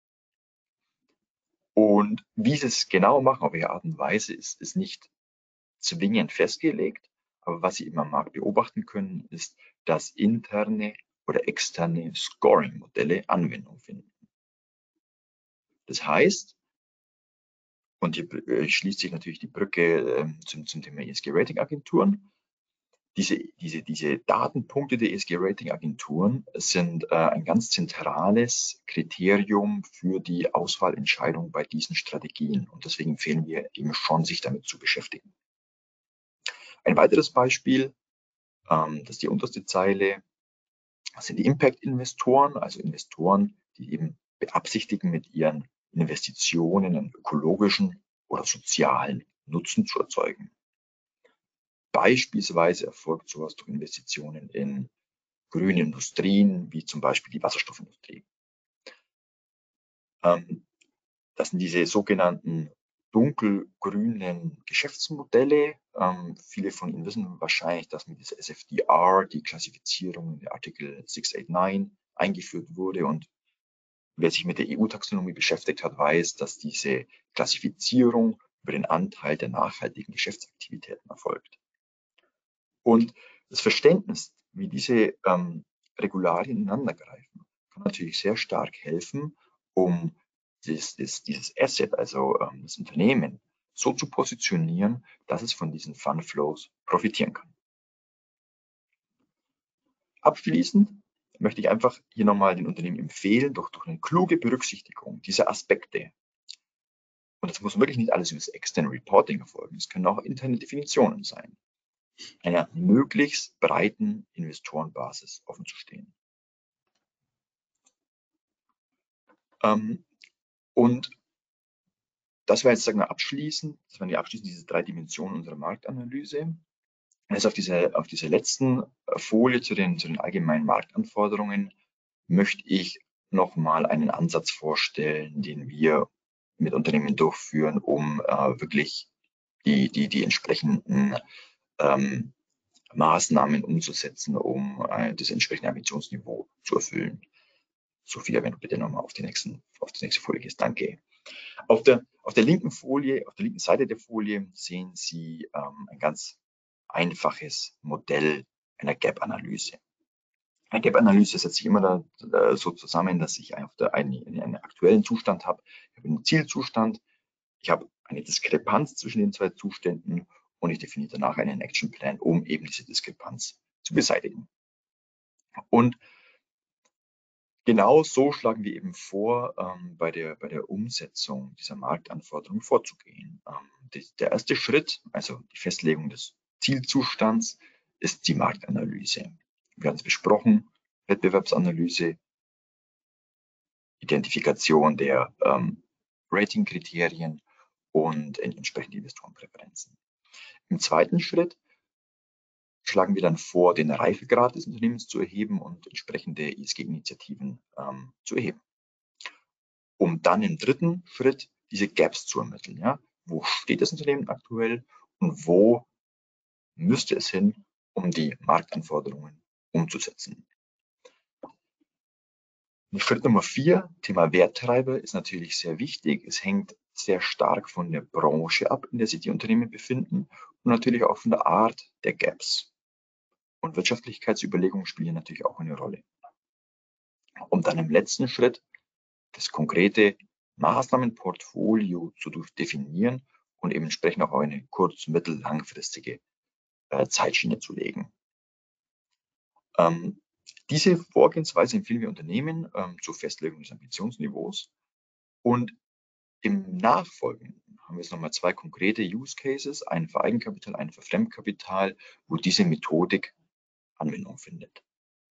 Und wie sie es genau machen, auf welche Art und Weise, ist, ist nicht zwingend festgelegt. Aber was Sie immer am Markt beobachten können, ist, dass interne oder externe Scoring-Modelle Anwendung finden. Das heißt, und hier schließt sich natürlich die Brücke äh, zum, zum Thema E S G-Rating-Agenturen, diese, diese, diese Datenpunkte der E S G-Rating-Agenturen sind äh, ein ganz zentrales Kriterium für die Auswahlentscheidung bei diesen Strategien. Und deswegen empfehlen wir eben schon, sich damit zu beschäftigen. Ein weiteres Beispiel, ähm, das ist die unterste Zeile, das sind die Impact-Investoren, also Investoren, die eben beabsichtigen, mit ihren Investitionen einen ökologischen oder sozialen Nutzen zu erzeugen. Beispielsweise erfolgt sowas durch Investitionen in grüne Industrien, wie zum Beispiel die Wasserstoffindustrie. Ähm, das sind diese sogenannten dunkelgrünen Geschäftsmodelle. Ähm, viele von Ihnen wissen wahrscheinlich, dass mit dieser S F D R die Klassifizierung in der Artikel sechshundertneunundachtzig eingeführt wurde. Und wer sich mit der E U-Taxonomie beschäftigt hat, weiß, dass diese Klassifizierung über den Anteil der nachhaltigen Geschäftsaktivitäten erfolgt. Und das Verständnis, wie diese ähm, Regularien ineinandergreifen, kann natürlich sehr stark helfen, um dieses, dieses, dieses Asset, also ähm, das Unternehmen, so zu positionieren, dass es von diesen Fundflows profitieren kann. Abschließend möchte ich einfach hier nochmal den Unternehmen empfehlen, durch, durch eine kluge Berücksichtigung dieser Aspekte, und das muss wirklich nicht alles über das externe Reporting erfolgen, es können auch interne Definitionen sein, einer möglichst breiten Investorenbasis offen zu stehen. Ähm, und das war jetzt, sagen wir, abschließend, das waren die abschließend diese drei Dimensionen unserer Marktanalyse. Jetzt auf dieser, auf dieser letzten Folie zu den, zu den allgemeinen Marktanforderungen möchte ich nochmal einen Ansatz vorstellen, den wir mit Unternehmen durchführen, um äh, wirklich die, die, die entsprechenden ähm, Maßnahmen umzusetzen, um äh, das entsprechende Ambitionsniveau zu erfüllen. Sophia, wenn du bitte nochmal auf die nächsten, auf die nächste Folie gehst, danke. Auf der, auf der linken Folie, auf der linken Seite der Folie sehen Sie ähm, ein ganz einfaches Modell einer Gap-Analyse. Eine Gap-Analyse setzt sich immer da, äh, so zusammen, dass ich auf der einen, einen aktuellen Zustand habe, ich habe einen Zielzustand, ich habe eine Diskrepanz zwischen den zwei Zuständen und ich definiere danach einen Actionplan, um eben diese Diskrepanz zu beseitigen. Und genau so schlagen wir eben vor, ähm, bei, der, bei der Umsetzung dieser Marktanforderungen vorzugehen. Ähm, die, der erste Schritt, also die Festlegung des Zielzustands, ist die Marktanalyse. Wir haben es besprochen, Wettbewerbsanalyse, Identifikation der ähm, Ratingkriterien und entsprechende Investorenpräferenzen. Im zweiten Schritt schlagen wir dann vor, den Reifegrad des Unternehmens zu erheben und entsprechende E S G-Initiativen ähm, zu erheben. Um dann im dritten Schritt diese Gaps zu ermitteln. Ja? Wo steht das Unternehmen aktuell und wo müsste es hin, um die Marktanforderungen umzusetzen? Und Schritt Nummer vier, Thema Werttreiber, ist natürlich sehr wichtig. Es hängt sehr stark von der Branche ab, in der sich die Unternehmen befinden und natürlich auch von der Art der Gaps. und Wirtschaftlichkeitsüberlegungen spielen natürlich auch eine Rolle. Um dann im letzten Schritt das konkrete Maßnahmenportfolio zu definieren und eben entsprechend auch eine kurz-, mittel-, langfristige äh, Zeitschiene zu legen. Ähm, diese Vorgehensweise empfehlen wir Unternehmen ähm, zur Festlegung des Ambitionsniveaus. Und im Nachfolgenden haben wir jetzt nochmal zwei konkrete Use Cases, einen für Eigenkapital, einen für Fremdkapital, wo diese Methodik Anwendung findet.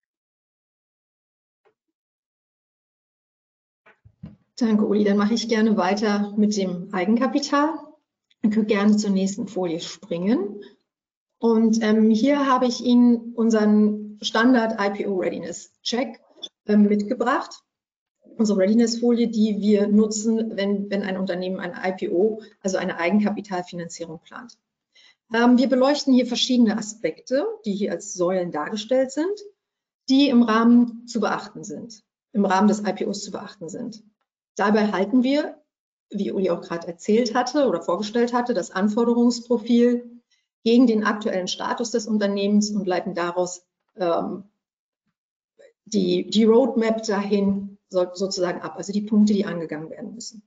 Danke, Uli. Dann mache ich gerne weiter mit dem Eigenkapital. Ich würde gerne zur nächsten Folie springen. Und ähm, hier habe ich Ihnen unseren Standard I P O Readiness Check ähm, mitgebracht. Unsere Readiness-Folie, die wir nutzen, wenn, wenn ein Unternehmen ein I P O, also eine Eigenkapitalfinanzierung plant. Ähm, wir beleuchten hier verschiedene Aspekte, die hier als Säulen dargestellt sind, die im Rahmen zu beachten sind, im Rahmen des I P Os zu beachten sind. Dabei halten wir, wie Uli auch gerade erzählt hatte oder vorgestellt hatte, das Anforderungsprofil gegen den aktuellen Status des Unternehmens und leiten daraus ähm, die, die Roadmap dahin so, sozusagen ab, also die Punkte, die angegangen werden müssen.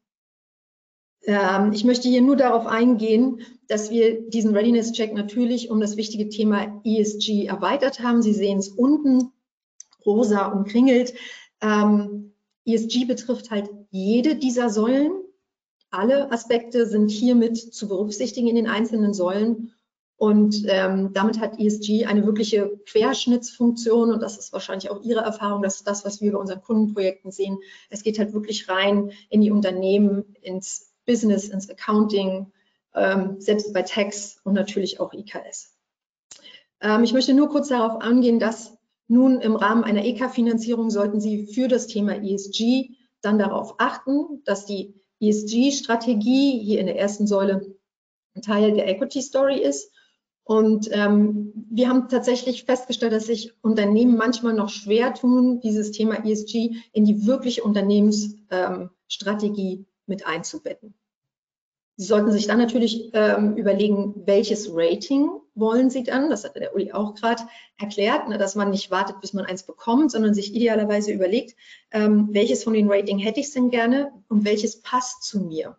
Ähm, ich möchte hier nur darauf eingehen, dass wir diesen Readiness-Check natürlich um das wichtige Thema E S G erweitert haben. Sie sehen es unten, rosa umkringelt. Ähm, E S G betrifft halt jede dieser Säulen. Alle Aspekte sind hiermit zu berücksichtigen in den einzelnen Säulen. Und ähm, damit hat E S G eine wirkliche Querschnittsfunktion. Und das ist wahrscheinlich auch Ihre Erfahrung, das ist das, was wir bei unseren Kundenprojekten sehen. Es geht halt wirklich rein in die Unternehmen, ins Business, ins Accounting, ähm, selbst bei Tax und natürlich auch I K S. Ähm, ich möchte nur kurz darauf angehen, dass nun im Rahmen einer E K-Finanzierung sollten Sie für das Thema E S G dann darauf achten, dass die E S G-Strategie hier in der ersten Säule ein Teil der Equity Story ist. Und ähm, wir haben tatsächlich festgestellt, dass sich Unternehmen manchmal noch schwer tun, dieses Thema E S G in die wirkliche Unternehmensstrategie ähm, mit einzubetten. Sie sollten sich dann natürlich ähm, überlegen, welches Rating wollen Sie dann, das hat der Uli auch gerade erklärt, ne, dass man nicht wartet, bis man eins bekommt, sondern sich idealerweise überlegt, ähm, welches von den Rating hätte ich denn gerne und welches passt zu mir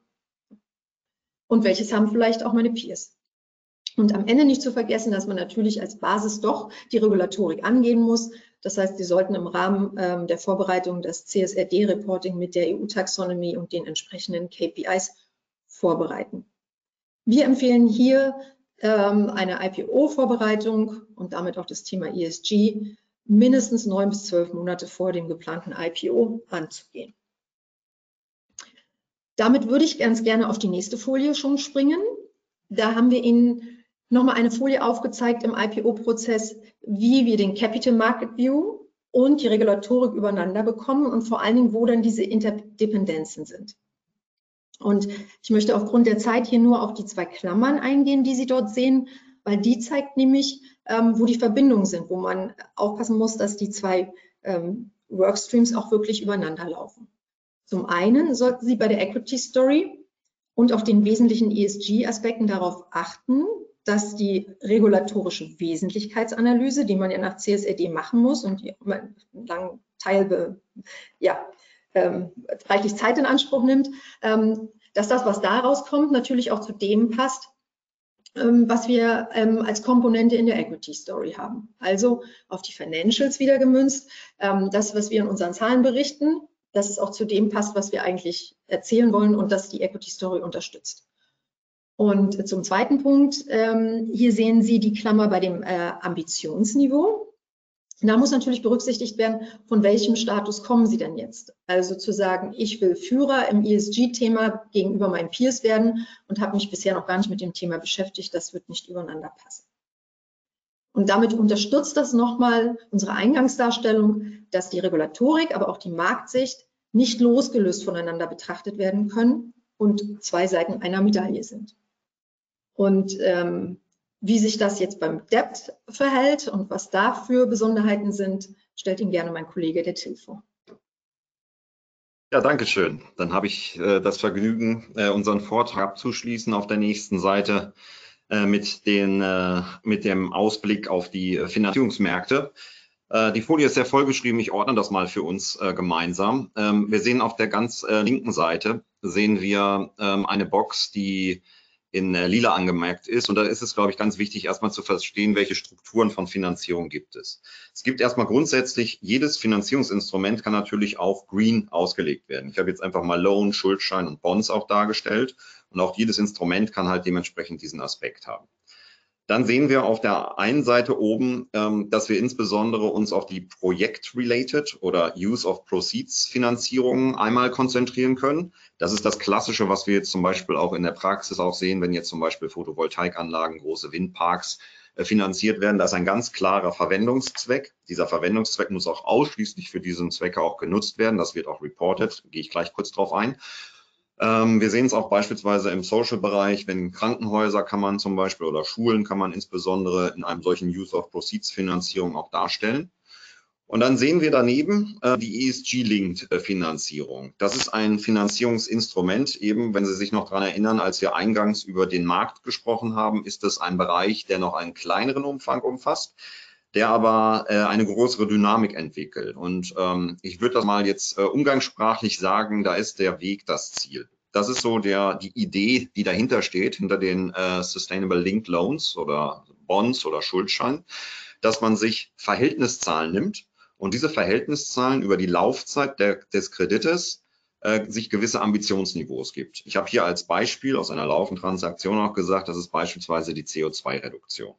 und welches haben vielleicht auch meine Peers. Und am Ende nicht zu vergessen, dass man natürlich als Basis doch die Regulatorik angehen muss. Das heißt, Sie sollten im Rahmen ähm, der Vorbereitung das C S R D-Reporting mit der E U-Taxonomie und den entsprechenden K P Is vorbereiten. Wir empfehlen hier ähm, eine I P O-Vorbereitung und damit auch das Thema E S G mindestens neun bis zwölf Monate vor dem geplanten I P O anzugehen. Damit würde ich ganz gerne auf die nächste Folie schon springen. Da haben wir Ihnen nochmal eine Folie aufgezeigt im I P O-Prozess, wie wir den Capital Market View und die Regulatorik übereinander bekommen und vor allen Dingen, wo dann diese Interdependenzen sind. Und ich möchte aufgrund der Zeit hier nur auf die zwei Klammern eingehen, die Sie dort sehen, weil die zeigt nämlich, ähm, wo die Verbindungen sind, wo man aufpassen muss, dass die zwei ähm, Workstreams auch wirklich übereinander laufen. Zum einen sollten Sie bei der Equity Story und auch den wesentlichen E S G-Aspekten darauf achten, dass die regulatorische Wesentlichkeitsanalyse, die man ja nach C S R D machen muss und die immer einen langen Teil be, ja, ähm, reichlich Zeit in Anspruch nimmt, ähm, dass das, was da rauskommt, natürlich auch zu dem passt, ähm, was wir ähm, als Komponente in der Equity Story haben. Also auf die Financials wieder gemünzt, ähm, das, was wir in unseren Zahlen berichten, dass es auch zu dem passt, was wir eigentlich erzählen wollen und dass die Equity Story unterstützt. Und zum zweiten Punkt, ähm, hier sehen Sie die Klammer bei dem äh, Ambitionsniveau. Da muss natürlich berücksichtigt werden, von welchem Status kommen Sie denn jetzt? Also zu sagen, ich will Führer im E S G-Thema gegenüber meinen Peers werden und habe mich bisher noch gar nicht mit dem Thema beschäftigt, das wird nicht übereinander passen. Und damit unterstützt das nochmal unsere Eingangsdarstellung, dass die Regulatorik, aber auch die Marktsicht nicht losgelöst voneinander betrachtet werden können und zwei Seiten einer Medaille sind. Und ähm, wie sich das jetzt beim Debt verhält und was da für Besonderheiten sind, stellt Ihnen gerne mein Kollege, der Till, vor. Ja, danke schön. Dann habe ich äh, das Vergnügen, äh, unseren Vortrag abzuschließen auf der nächsten Seite. äh, mit, den, äh, mit dem Ausblick auf die Finanzierungsmärkte. Äh, die Folie ist sehr vollgeschrieben, ich ordne das mal für uns äh, gemeinsam. Ähm, wir sehen auf der ganz äh, linken Seite, sehen wir ähm, eine Box, die in äh, lila angemerkt ist. Und da ist es, glaube ich, ganz wichtig, erstmal zu verstehen, welche Strukturen von Finanzierung gibt es. Es gibt erstmal grundsätzlich, jedes Finanzierungsinstrument kann natürlich auch green ausgelegt werden. Ich habe jetzt einfach mal Loan, Schuldschein und Bonds auch dargestellt. Und auch jedes Instrument kann halt dementsprechend diesen Aspekt haben. Dann sehen wir auf der einen Seite oben, ähm, dass wir insbesondere uns auf die Projekt-related oder Use of Proceeds Finanzierungen einmal konzentrieren können. Das ist das Klassische, was wir jetzt zum Beispiel auch in der Praxis auch sehen, wenn jetzt zum Beispiel Photovoltaikanlagen, große Windparks äh, finanziert werden. Da ist ein ganz klarer Verwendungszweck. Dieser Verwendungszweck muss auch ausschließlich für diesen Zwecke auch genutzt werden. Das wird auch reported, gehe ich gleich kurz drauf ein. Wir sehen es auch beispielsweise im Social-Bereich, wenn Krankenhäuser kann man zum Beispiel oder Schulen kann man insbesondere in einem solchen Use-of-Proceeds-Finanzierung auch darstellen. Und dann sehen wir daneben äh, die E S G-Linked-Finanzierung. Das ist ein Finanzierungsinstrument, eben wenn Sie sich noch daran erinnern, als wir eingangs über den Markt gesprochen haben, ist das ein Bereich, der noch einen kleineren Umfang umfasst, der aber äh, eine größere Dynamik entwickelt. Und ähm, ich würde das mal jetzt äh, umgangssprachlich sagen, da ist der Weg das Ziel. Das ist so der, die Idee, die dahinter steht, hinter den äh, Sustainable Linked Loans oder Bonds oder Schuldschein, dass man sich Verhältniszahlen nimmt und diese Verhältniszahlen über die Laufzeit der, des Kredites äh, sich gewisse Ambitionsniveaus gibt. Ich habe hier als Beispiel aus einer laufenden Transaktion auch gesagt, das ist beispielsweise die C O zwei Reduktion.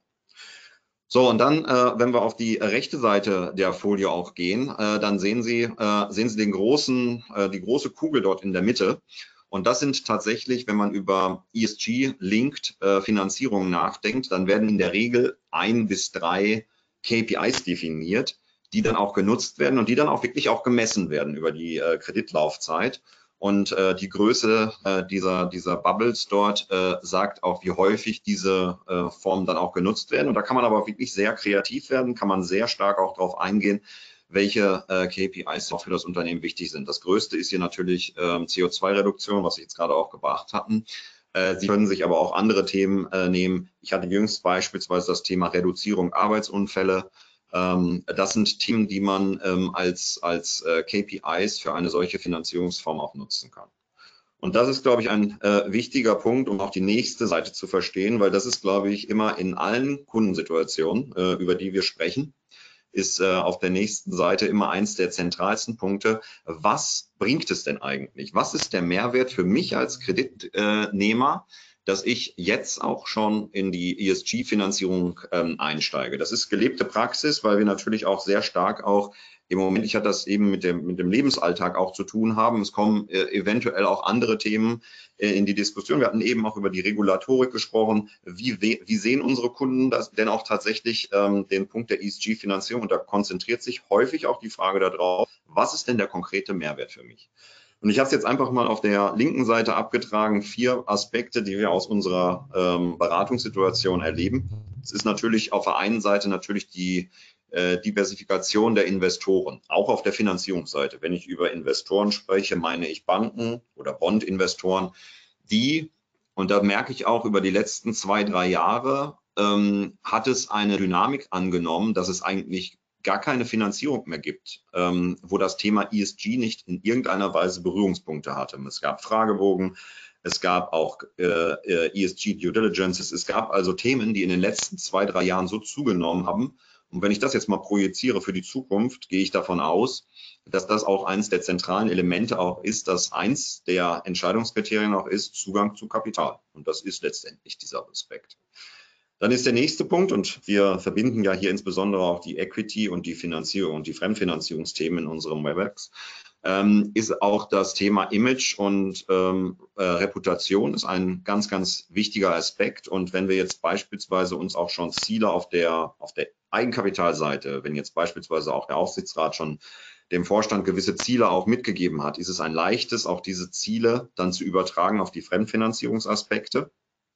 So, und dann, äh, wenn wir auf die rechte Seite der Folie auch gehen, äh, dann sehen Sie, äh, sehen Sie den großen, äh, die große Kugel dort in der Mitte. Und das sind tatsächlich, wenn man über E S G-linked äh, Finanzierungen nachdenkt, dann werden in der Regel ein bis drei K P Is definiert, die dann auch genutzt werden und die dann auch wirklich auch gemessen werden über die äh, Kreditlaufzeit. Und äh, die Größe äh, dieser, dieser Bubbles dort äh, sagt auch, wie häufig diese äh, Formen dann auch genutzt werden. Und da kann man aber wirklich sehr kreativ werden, kann man sehr stark auch darauf eingehen, welche äh, K P Is auch für das Unternehmen wichtig sind. Das größte ist hier natürlich ähm, C O zwei Reduktion, was Sie jetzt gerade auch gebracht hatten. Äh, Sie können sich aber auch andere Themen äh, nehmen. Ich hatte jüngst beispielsweise das Thema Reduzierung Arbeitsunfälle. Ähm, das sind Themen, die man ähm, als, als äh, K P Is für eine solche Finanzierungsform auch nutzen kann. Und das ist, glaube ich, ein äh, wichtiger Punkt, um auch die nächste Seite zu verstehen, weil das ist, glaube ich, immer in allen Kundensituationen, äh, über die wir sprechen, ist äh, auf der nächsten Seite immer eins der zentralsten Punkte. Was bringt es denn eigentlich? Was ist der Mehrwert für mich als Kreditnehmer, dass ich jetzt auch schon in die E S G-Finanzierung ähm, einsteige? Das ist gelebte Praxis, weil wir natürlich auch sehr stark auch im Moment, ich hatte das eben mit dem, mit dem Lebensalltag auch zu tun haben. Es kommen äh, eventuell auch andere Themen äh, in die Diskussion. Wir hatten eben auch über die Regulatorik gesprochen. Wie, wie sehen unsere Kunden das denn auch tatsächlich ähm, den Punkt der E S G-Finanzierung? Und da konzentriert sich häufig auch die Frage darauf, was ist denn der konkrete Mehrwert für mich? Und ich habe es jetzt einfach mal auf der linken Seite abgetragen, vier Aspekte, die wir aus unserer ähm, Beratungssituation erleben. Es ist natürlich auf der einen Seite natürlich die äh, Diversifikation der Investoren, auch auf der Finanzierungsseite. Wenn ich über Investoren spreche, meine ich Banken oder Bondinvestoren, die, und da merke ich auch über die letzten zwei, drei Jahre, ähm, hat es eine Dynamik angenommen, dass es eigentlich gar keine Finanzierung mehr gibt, ähm, wo das Thema E S G nicht in irgendeiner Weise Berührungspunkte hatte. Es gab Fragebogen, es gab auch äh, E S G Due Diligences, es gab also Themen, die in den letzten zwei, drei Jahren so zugenommen haben. Und wenn ich das jetzt mal projiziere für die Zukunft, gehe ich davon aus, dass das auch eines der zentralen Elemente auch ist, dass eins der Entscheidungskriterien auch ist, Zugang zu Kapital. Und das ist letztendlich dieser Aspekt. Dann ist der nächste Punkt, und wir verbinden ja hier insbesondere auch die Equity und die Finanzierung und die Fremdfinanzierungsthemen in unserem Webex, ähm, ist auch das Thema Image und ähm, äh, Reputation ist ein ganz, ganz wichtiger Aspekt. Und wenn wir jetzt beispielsweise uns auch schon Ziele auf der, auf der Eigenkapitalseite, wenn jetzt beispielsweise auch der Aufsichtsrat schon dem Vorstand gewisse Ziele auch mitgegeben hat, ist es ein leichtes, auch diese Ziele dann zu übertragen auf die Fremdfinanzierungsaspekte.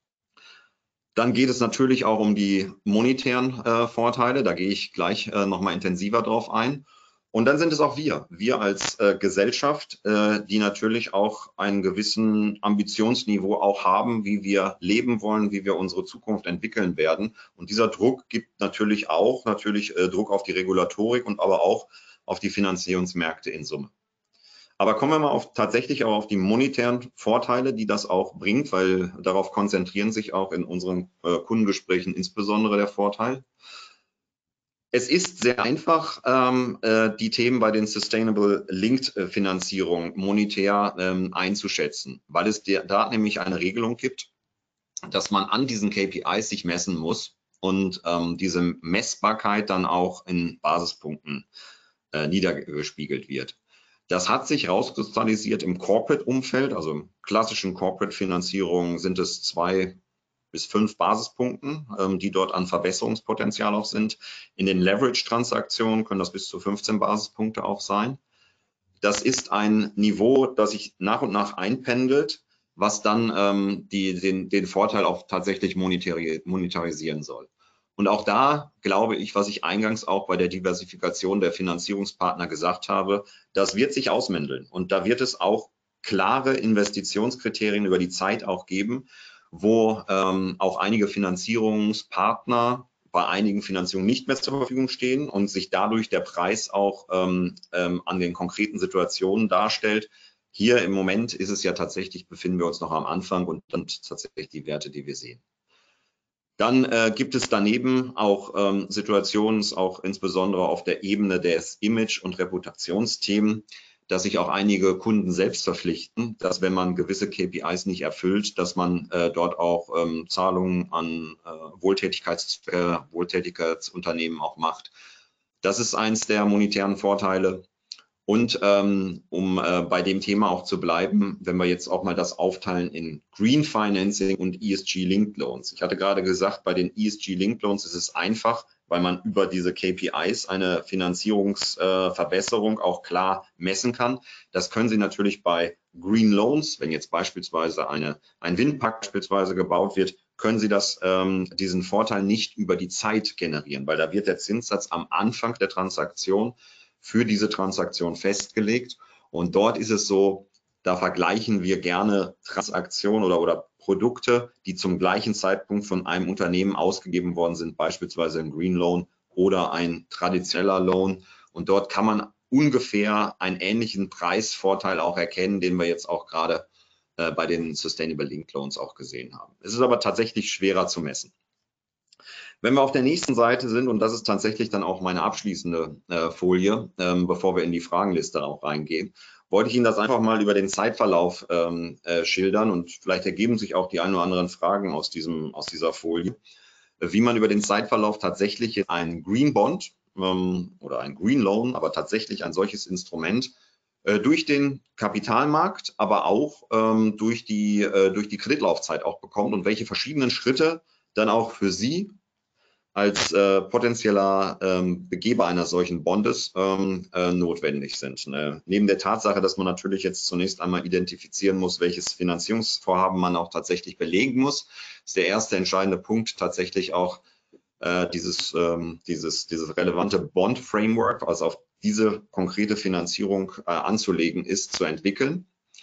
Dann geht es natürlich auch um die monetären äh, Vorteile. Da gehe ich gleich äh, nochmal intensiver drauf ein. Und dann sind es auch wir, wir als äh, Gesellschaft, äh, die natürlich auch einen gewissen Ambitionsniveau auch haben, wie wir leben wollen, wie wir unsere Zukunft entwickeln werden. Und dieser Druck gibt natürlich auch natürlich äh, Druck auf die Regulatorik und aber auch auf die Finanzierungsmärkte in Summe. Aber kommen wir mal auf, tatsächlich auch auf die monetären Vorteile, die das auch bringt, weil darauf konzentrieren sich auch in unseren äh, Kundengesprächen insbesondere der Vorteil. Es ist sehr einfach, ähm, äh, die Themen bei den Sustainable Linked äh, Finanzierungen monetär ähm, einzuschätzen, weil es der, da nämlich eine Regelung gibt, dass man an diesen K P Is sich messen muss und ähm, diese Messbarkeit dann auch in Basispunkten äh, niedergespiegelt wird. Das hat sich rauskristallisiert im Corporate-Umfeld, also im klassischen Corporate-Finanzierung sind es zwei bis fünf Basispunkten, ähm, die dort an Verbesserungspotenzial auch sind. In den Leverage-Transaktionen können das bis zu fünfzehn Basispunkte auch sein. Das ist ein Niveau, das sich nach und nach einpendelt, was dann ähm, die, den, den Vorteil auch tatsächlich monetari monetarisieren soll. Und auch da glaube ich, was ich eingangs auch bei der Diversifikation der Finanzierungspartner gesagt habe, das wird sich ausmändeln. Und da wird es auch klare Investitionskriterien über die Zeit auch geben, wo ähm, auch einige Finanzierungspartner bei einigen Finanzierungen nicht mehr zur Verfügung stehen und sich dadurch der Preis auch ähm, ähm, an den konkreten Situationen darstellt. Hier im Moment ist es ja tatsächlich, befinden wir uns noch am Anfang und dann tatsächlich die Werte, die wir sehen. Dann äh, gibt es daneben auch ähm, Situationen, auch insbesondere auf der Ebene des Image- und Reputationsthemen, dass sich auch einige Kunden selbst verpflichten, dass wenn man gewisse K P Is nicht erfüllt, dass man äh, dort auch ähm, Zahlungen an äh, Wohltätigkeits, äh, Wohltätigkeitsunternehmen auch macht. Das ist eins der monetären Vorteile. Und ähm, um äh, bei dem Thema auch zu bleiben, wenn wir jetzt auch mal das aufteilen in Green Financing und E S G-Linked Loans. Ich hatte gerade gesagt, bei den E S G-Linked Loans ist es einfach, weil man über diese K P Is eine Finanzierungsverbesserung äh, auch klar messen kann. Das können Sie natürlich bei Green Loans, wenn jetzt beispielsweise eine, ein Windpark beispielsweise gebaut wird, können Sie das, ähm, diesen Vorteil nicht über die Zeit generieren, weil da wird der Zinssatz am Anfang der Transaktion für diese Transaktion festgelegt. Und dort ist es so, da vergleichen wir gerne Transaktionen oder, oder Produkte, die zum gleichen Zeitpunkt von einem Unternehmen ausgegeben worden sind, beispielsweise ein Green Loan oder ein traditioneller Loan. Und dort kann man ungefähr einen ähnlichen Preisvorteil auch erkennen, den wir jetzt auch gerade äh, bei den Sustainable Linked Loans auch gesehen haben. Es ist aber tatsächlich schwerer zu messen. Wenn wir auf der nächsten Seite sind, und das ist tatsächlich dann auch meine abschließende äh, Folie, ähm, bevor wir in die Fragenliste auch reingehen, wollte ich Ihnen das einfach mal über den Zeitverlauf ähm, äh, schildern und vielleicht ergeben sich auch die ein oder anderen Fragen aus, diesem, aus dieser Folie, äh, wie man über den Zeitverlauf tatsächlich einen Green Bond ähm, oder ein Green Loan, aber tatsächlich ein solches Instrument äh, durch den Kapitalmarkt, aber auch ähm, durch, die, äh, durch die Kreditlaufzeit auch bekommt und welche verschiedenen Schritte dann auch für Sie als äh, potenzieller ähm, Begeber eines solchen Bondes ähm, äh, notwendig sind. Ne? Neben der Tatsache, dass man natürlich jetzt zunächst einmal identifizieren muss, welches Finanzierungsvorhaben man auch tatsächlich belegen muss, ist der erste entscheidende Punkt tatsächlich auch äh, dieses, ähm, dieses, dieses relevante Bond-Framework, was auf diese konkrete Finanzierung äh, anzulegen ist, zu entwickeln.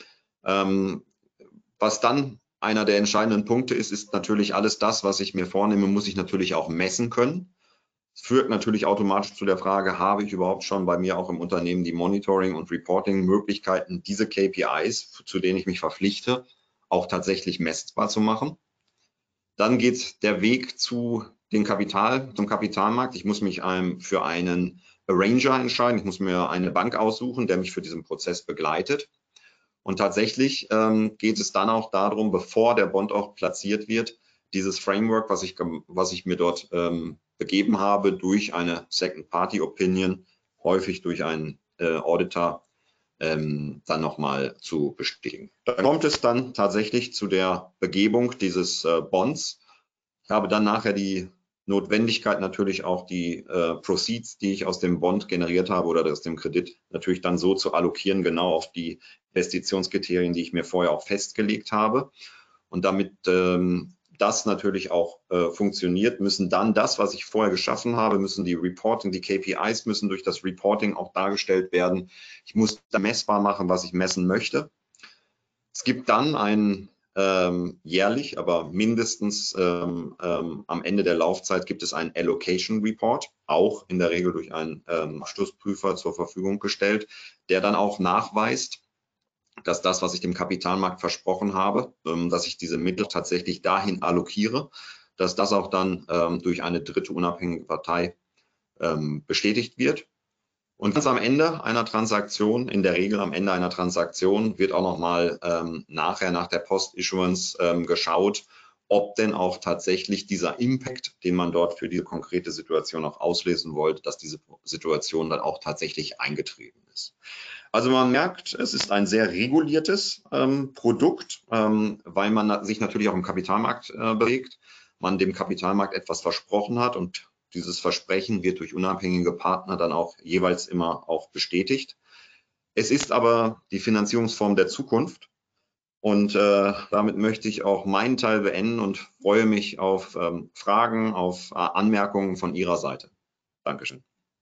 Ähm, was dann einer der entscheidenden Punkte ist, ist natürlich alles das, was ich mir vornehme, muss ich natürlich auch messen können. Das führt natürlich automatisch zu der Frage, habe ich überhaupt schon bei mir auch im Unternehmen die Monitoring- und Reporting-Möglichkeiten, diese K P Is, zu denen ich mich verpflichte, auch tatsächlich messbar zu machen. Dann geht der Weg zu dem Kapital, zum Kapitalmarkt. Ich muss mich ähm, für einen Arranger entscheiden. Ich muss mir eine Bank aussuchen, der mich für diesen Prozess begleitet. Und tatsächlich ähm, geht es dann auch darum, bevor der Bond auch platziert wird, dieses Framework, was ich, was ich mir dort ähm, begeben habe, durch eine Second-Party-Opinion, häufig durch einen äh, Auditor, ähm, dann nochmal zu bestätigen. Dann kommt es dann tatsächlich zu der Begebung dieses äh, Bonds. Ich habe dann nachher die Notwendigkeit, natürlich auch die äh, Proceeds, die ich aus dem Bond generiert habe oder aus dem Kredit, natürlich dann so zu allokieren, genau auf die Investitionskriterien, die ich mir vorher auch festgelegt habe. Und damit ähm, das natürlich auch äh, funktioniert, müssen dann das, was ich vorher geschaffen habe, müssen die Reporting, die K P Is müssen durch das Reporting auch dargestellt werden. Ich muss da messbar machen, was ich messen möchte. Es gibt dann ein ähm, jährlich, aber mindestens ähm, ähm, am Ende der Laufzeit gibt es einen Allocation Report, auch in der Regel durch einen ähm, Schlussprüfer zur Verfügung gestellt, der dann auch nachweist, dass das, was ich dem Kapitalmarkt versprochen habe, ähm, dass ich diese Mittel tatsächlich dahin allokiere, dass das auch dann ähm, durch eine dritte unabhängige Partei ähm, bestätigt wird. Und ganz am Ende einer Transaktion, in der Regel am Ende einer Transaktion, wird auch nochmal ähm, nachher nach der Post-Issuance ähm, geschaut, ob denn auch tatsächlich dieser Impact, den man dort für diese konkrete Situation auch auslesen wollte, dass diese Situation dann auch tatsächlich eingetreten ist. Also man merkt, es ist ein sehr reguliertes ähm, Produkt, ähm, weil man na sich natürlich auch im Kapitalmarkt äh, bewegt, man dem Kapitalmarkt etwas versprochen hat und dieses Versprechen wird durch unabhängige Partner dann auch jeweils immer auch bestätigt. Es ist aber die Finanzierungsform der Zukunft und äh, damit möchte ich auch meinen Teil beenden und freue mich auf ähm, Fragen, auf äh, Anmerkungen von Ihrer Seite. Dankeschön.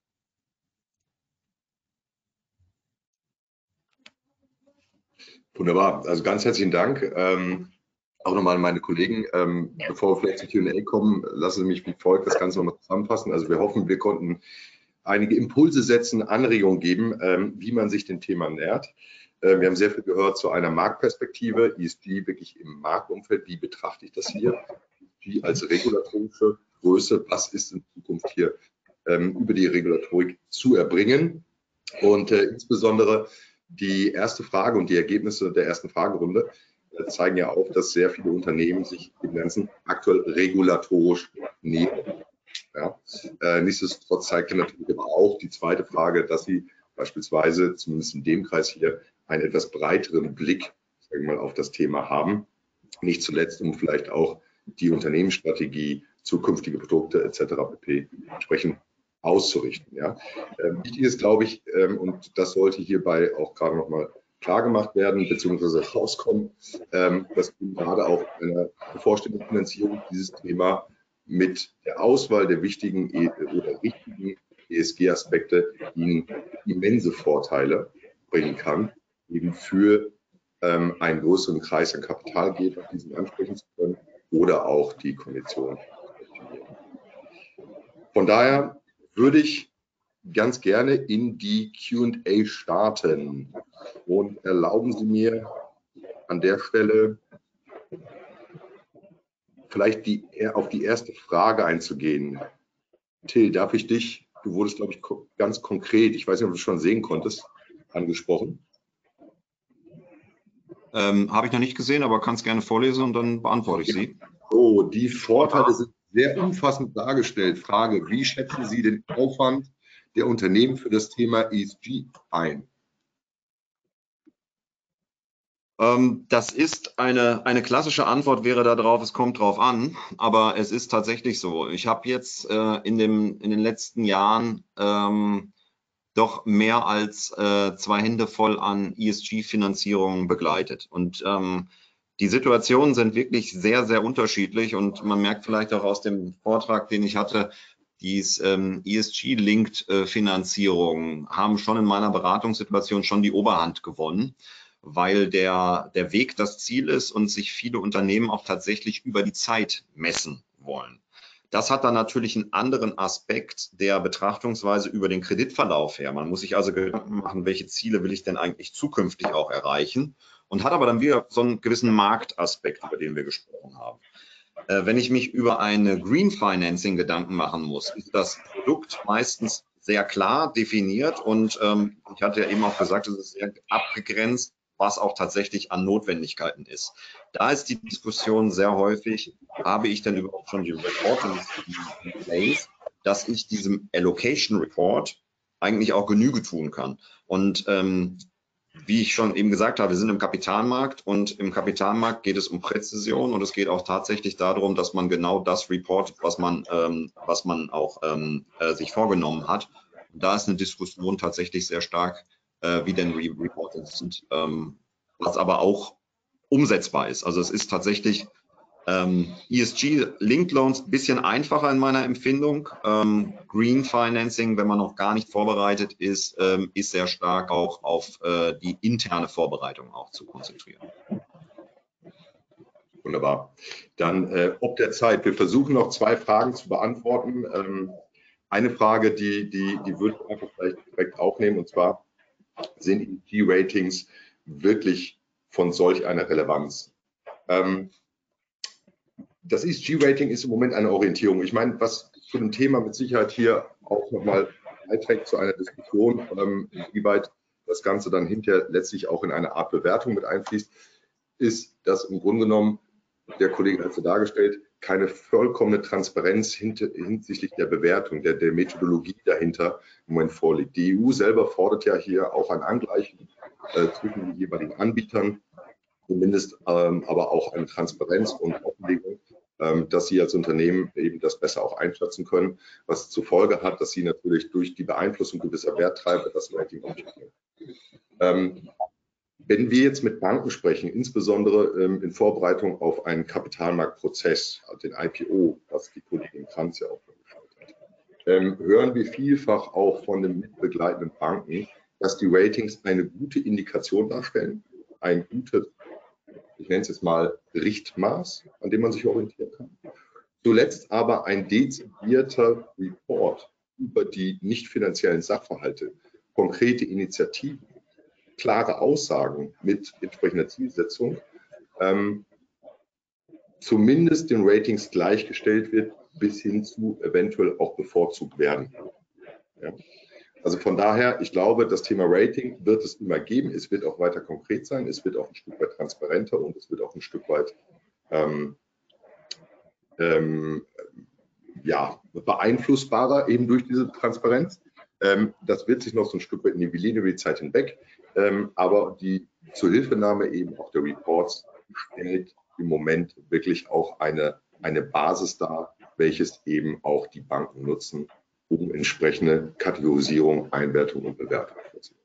Wunderbar, also ganz herzlichen Dank. Ähm, auch nochmal an meine Kollegen. Ähm, bevor wir vielleicht zu Q und A kommen, lassen Sie mich wie folgt das Ganze nochmal zusammenfassen. Also wir hoffen, wir konnten einige Impulse setzen, Anregungen geben, ähm, wie man sich dem Thema nähert. Äh, wir haben sehr viel gehört zu einer Marktperspektive, E S G wirklich im Marktumfeld. Wie betrachte ich das hier? Wie als regulatorische Größe, was ist in Zukunft hier ähm, über die Regulatorik zu erbringen? Und äh, insbesondere die erste Frage und die Ergebnisse der ersten Fragerunde äh, zeigen ja auf, dass sehr viele Unternehmen sich dem Ganzen aktuell regulatorisch nähern. Ja. Äh, nichtsdestotrotz zeigt er natürlich aber auch die zweite Frage, dass sie beispielsweise, zumindest in dem Kreis hier, einen etwas breiteren Blick, sagen wir mal, auf das Thema haben. Nicht zuletzt, um vielleicht auch die Unternehmensstrategie, zukünftige Produkte et cetera pp. entsprechend auszurichten. Ja. Ähm, wichtig ist, glaube ich, ähm, und das sollte hierbei auch gerade nochmal klar gemacht werden, beziehungsweise rauskommen, ähm, dass gerade auch einer bevorstehenden Finanzierung dieses Thema mit der Auswahl der wichtigen e oder richtigen E S G-Aspekte Ihnen immense Vorteile bringen kann, eben für ähm, einen größeren Kreis an Kapitalgebern, diesen ansprechen zu können oder auch die Konditionen. Von daher würde ich ganz gerne in die Q und A starten und erlauben Sie mir an der Stelle vielleicht die, auf die erste Frage einzugehen. Till, darf ich dich, du wurdest, glaube ich, ganz konkret, ich weiß nicht, ob du es schon sehen konntest, angesprochen. Ähm, Habe ich noch nicht gesehen, aber kann es gerne vorlesen und dann beantworte ich Ja. sie. So, die Vorteile sind sehr umfassend dargestellt. Frage, wie schätzen Sie den Aufwand der Unternehmen für das Thema E S G ein? Das ist eine, eine klassische Antwort wäre darauf, es kommt drauf an, aber es ist tatsächlich so. Ich habe jetzt äh, in, dem, in den letzten Jahren ähm, doch mehr als äh, zwei Hände voll an E S G-Finanzierungen begleitet. Und ähm, die Situationen sind wirklich sehr, sehr unterschiedlich und man merkt vielleicht auch aus dem Vortrag, den ich hatte, dies ähm, E S G-Linked-Finanzierungen haben schon in meiner Beratungssituation schon die Oberhand gewonnen, weil der, der Weg das Ziel ist und sich viele Unternehmen auch tatsächlich über die Zeit messen wollen. Das hat dann natürlich einen anderen Aspekt der Betrachtungsweise über den Kreditverlauf her. Man muss sich also Gedanken machen, welche Ziele will ich denn eigentlich zukünftig auch erreichen und hat aber dann wieder so einen gewissen Marktaspekt, über den wir gesprochen haben. Äh, wenn ich mich über eine Green Financing Gedanken machen muss, ist das Produkt meistens sehr klar definiert und ähm, ich hatte ja eben auch gesagt, es ist sehr abgegrenzt, was auch tatsächlich an Notwendigkeiten ist. Da ist die Diskussion sehr häufig, habe ich denn überhaupt schon die Reportings in place, dass ich diesem Allocation Report eigentlich auch Genüge tun kann. Und ähm, wie ich schon eben gesagt habe, wir sind im Kapitalmarkt und im Kapitalmarkt geht es um Präzision und es geht auch tatsächlich darum, dass man genau das reportet, was man, ähm, was man auch ähm, äh, sich vorgenommen hat. Und da ist eine Diskussion tatsächlich sehr stark, äh, wie denn Re Reportings sind, ähm, was aber auch umsetzbar ist. Also es ist tatsächlich Ähm, E S G Linked Loans ein bisschen einfacher in meiner Empfindung. Ähm, Green Financing, wenn man noch gar nicht vorbereitet ist, ähm, ist sehr stark auch auf äh, die interne Vorbereitung auch zu konzentrieren. Wunderbar. Dann äh, ob der Zeit. Wir versuchen noch zwei Fragen zu beantworten. Ähm, eine Frage, die, die, die würde ich einfach vielleicht direkt aufnehmen, und zwar, sind E S G-Ratings wirklich von solch einer Relevanz? Ähm, das E S G-Rating ist im Moment eine Orientierung. Ich meine, was zu dem Thema mit Sicherheit hier auch nochmal beiträgt zu einer Diskussion, ähm, inwieweit das Ganze dann hinterher letztlich auch in eine Art Bewertung mit einfließt, ist, dass im Grunde genommen, der Kollege hat es dargestellt, keine vollkommene Transparenz hinter, hinsichtlich der Bewertung, der, der Methodologie dahinter im Moment vorliegt. Die E U selber fordert ja hier auch ein Angleichen äh, zwischen den jeweiligen Anbietern, zumindest ähm, aber auch eine Transparenz und Offenlegung, ähm, dass sie als Unternehmen eben das besser auch einschätzen können, was zur Folge hat, dass sie natürlich durch die Beeinflussung gewisser Werttreiber das Rating umstellen. Ähm, Wenn wir jetzt mit Banken sprechen, insbesondere ähm, in Vorbereitung auf einen Kapitalmarktprozess, also den I P O, was die Kollegin Kranz ja auch schon geschaut hat, ähm, hören wir vielfach auch von den mitbegleitenden Banken, dass die Ratings eine gute Indikation darstellen, ein gutes, ich nenne es jetzt mal Richtmaß, an dem man sich orientieren kann. Zuletzt aber ein dezidierter Report über die nicht finanziellen Sachverhalte, konkrete Initiativen, klare Aussagen mit entsprechender Zielsetzung ähm, zumindest den Ratings gleichgestellt wird, bis hin zu eventuell auch bevorzugt werden. Ja. Also von daher, ich glaube, das Thema Rating wird es immer geben. Es wird auch weiter konkret sein, es wird auch ein Stück weit transparenter und es wird auch ein Stück weit ähm, ähm, ja, beeinflussbarer eben durch diese Transparenz. Ähm, das wird sich noch so ein Stück weit nivellieren über die Zeit hinweg. Ähm, aber die Zuhilfenahme eben auch der Reports stellt im Moment wirklich auch eine, eine Basis dar, welches eben auch die Banken nutzen, um entsprechende Kategorisierung, Einwertung und Bewertung vorzunehmen.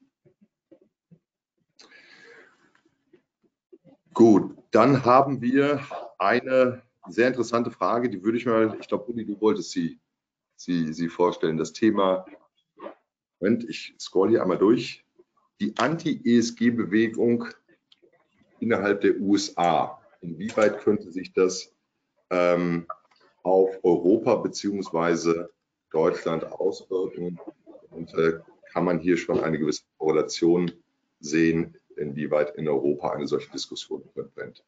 Gut, dann haben wir eine sehr interessante Frage, die würde ich mal, ich glaube, Uli, du wolltest sie, sie, sie vorstellen. Das Thema, Moment, ich scroll hier einmal durch. Die Anti-E S G-Bewegung innerhalb der U S A. Inwieweit könnte sich das ähm, auf Europa bzw. Deutschland auswirken? Und äh, kann man hier schon eine gewisse Korrelation sehen, inwieweit in Europa eine solche Diskussion brennt?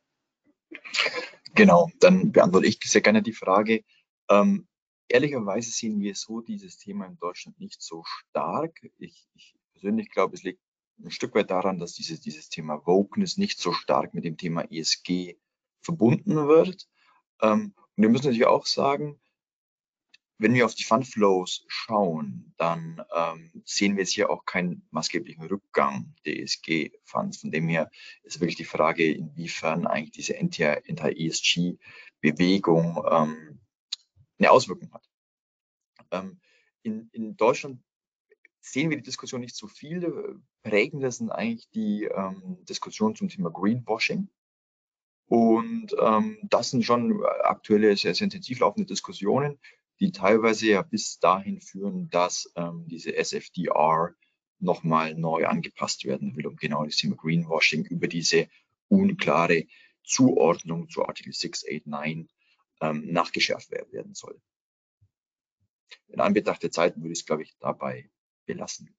Genau, dann beantworte ich sehr gerne die Frage. Ähm, ehrlicherweise sehen wir so dieses Thema in Deutschland nicht so stark. Ich, ich persönlich glaube, es liegt ein Stück weit daran, dass dieses, dieses Thema Wokeness nicht so stark mit dem Thema E S G verbunden wird. Ähm, und wir müssen natürlich auch sagen, wenn wir auf die Fundflows schauen, dann ähm, sehen wir jetzt hier auch keinen maßgeblichen Rückgang der E S G-Funds. Von dem her ist wirklich die Frage, inwiefern eigentlich diese Anti-E S G-Bewegung ähm, eine Auswirkung hat. Ähm, in, in Deutschland sehen wir die Diskussion nicht so viel. Prägender sind eigentlich die ähm, Diskussionen zum Thema Greenwashing. Und ähm, das sind schon aktuelle, sehr, sehr intensiv laufende Diskussionen, die teilweise ja bis dahin führen, dass ähm, diese S F D R nochmal neu angepasst werden will, um genau das Thema Greenwashing über diese unklare Zuordnung zu Artikel sechs acht neun ähm, nachgeschärft werden soll. In Anbetracht der Zeiten würde ich es, glaube ich, dabei belassen.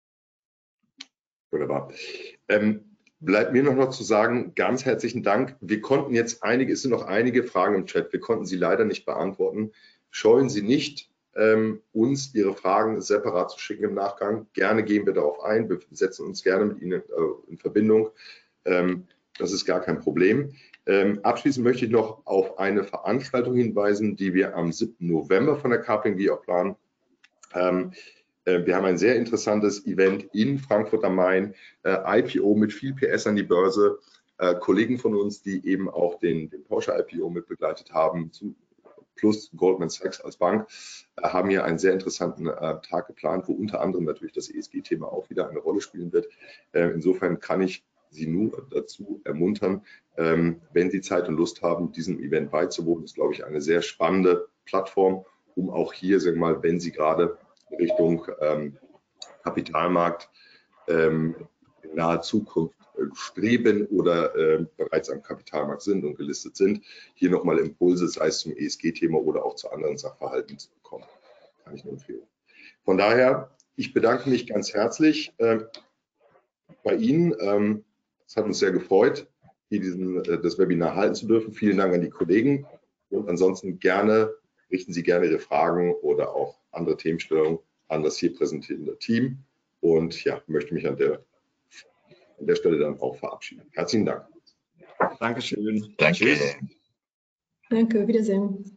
Wunderbar. Ähm, bleibt mir noch, noch zu sagen, ganz herzlichen Dank. Wir konnten jetzt einige, es sind noch einige Fragen im Chat, wir konnten sie leider nicht beantworten. Scheuen Sie nicht, ähm, uns Ihre Fragen separat zu schicken im Nachgang. Gerne gehen wir darauf ein, wir setzen uns gerne mit Ihnen äh, in Verbindung. Ähm, das ist gar kein Problem. Ähm, abschließend möchte ich noch auf eine Veranstaltung hinweisen, die wir am siebten November von der K P M G auch planen. Ähm, äh, wir haben ein sehr interessantes Event in Frankfurt am Main, äh, I P O mit viel P S an die Börse. Äh, Kollegen von uns, die eben auch den, den Porsche I P O mit begleitet haben, zu, plus Goldman Sachs als Bank, äh, haben hier einen sehr interessanten äh, Tag geplant, wo unter anderem natürlich das E S G-Thema auch wieder eine Rolle spielen wird. Äh, insofern kann ich Sie nur dazu ermuntern, ähm, wenn Sie Zeit und Lust haben, diesem Event beizuwohnen. Das ist, glaube ich, eine sehr spannende Plattform, um auch hier, sagen wir mal, wenn Sie gerade Richtung ähm, Kapitalmarkt ähm, in naher Zukunft äh, streben oder äh, bereits am Kapitalmarkt sind und gelistet sind, hier nochmal Impulse, sei es zum E S G-Thema oder auch zu anderen Sachverhalten zu bekommen. Kann ich nur empfehlen. Von daher, ich bedanke mich ganz herzlich äh, bei Ihnen. Ähm, es hat uns sehr gefreut, hier diesen, äh, das Webinar halten zu dürfen. Vielen Dank an die Kollegen und ansonsten gerne, richten Sie gerne Ihre Fragen oder auch andere Themenstellungen an das hier präsentierende Team und ja, möchte mich an der, an der Stelle dann auch verabschieden. Herzlichen Dank. Dankeschön. Danke. Tschüss. Danke, Wiedersehen.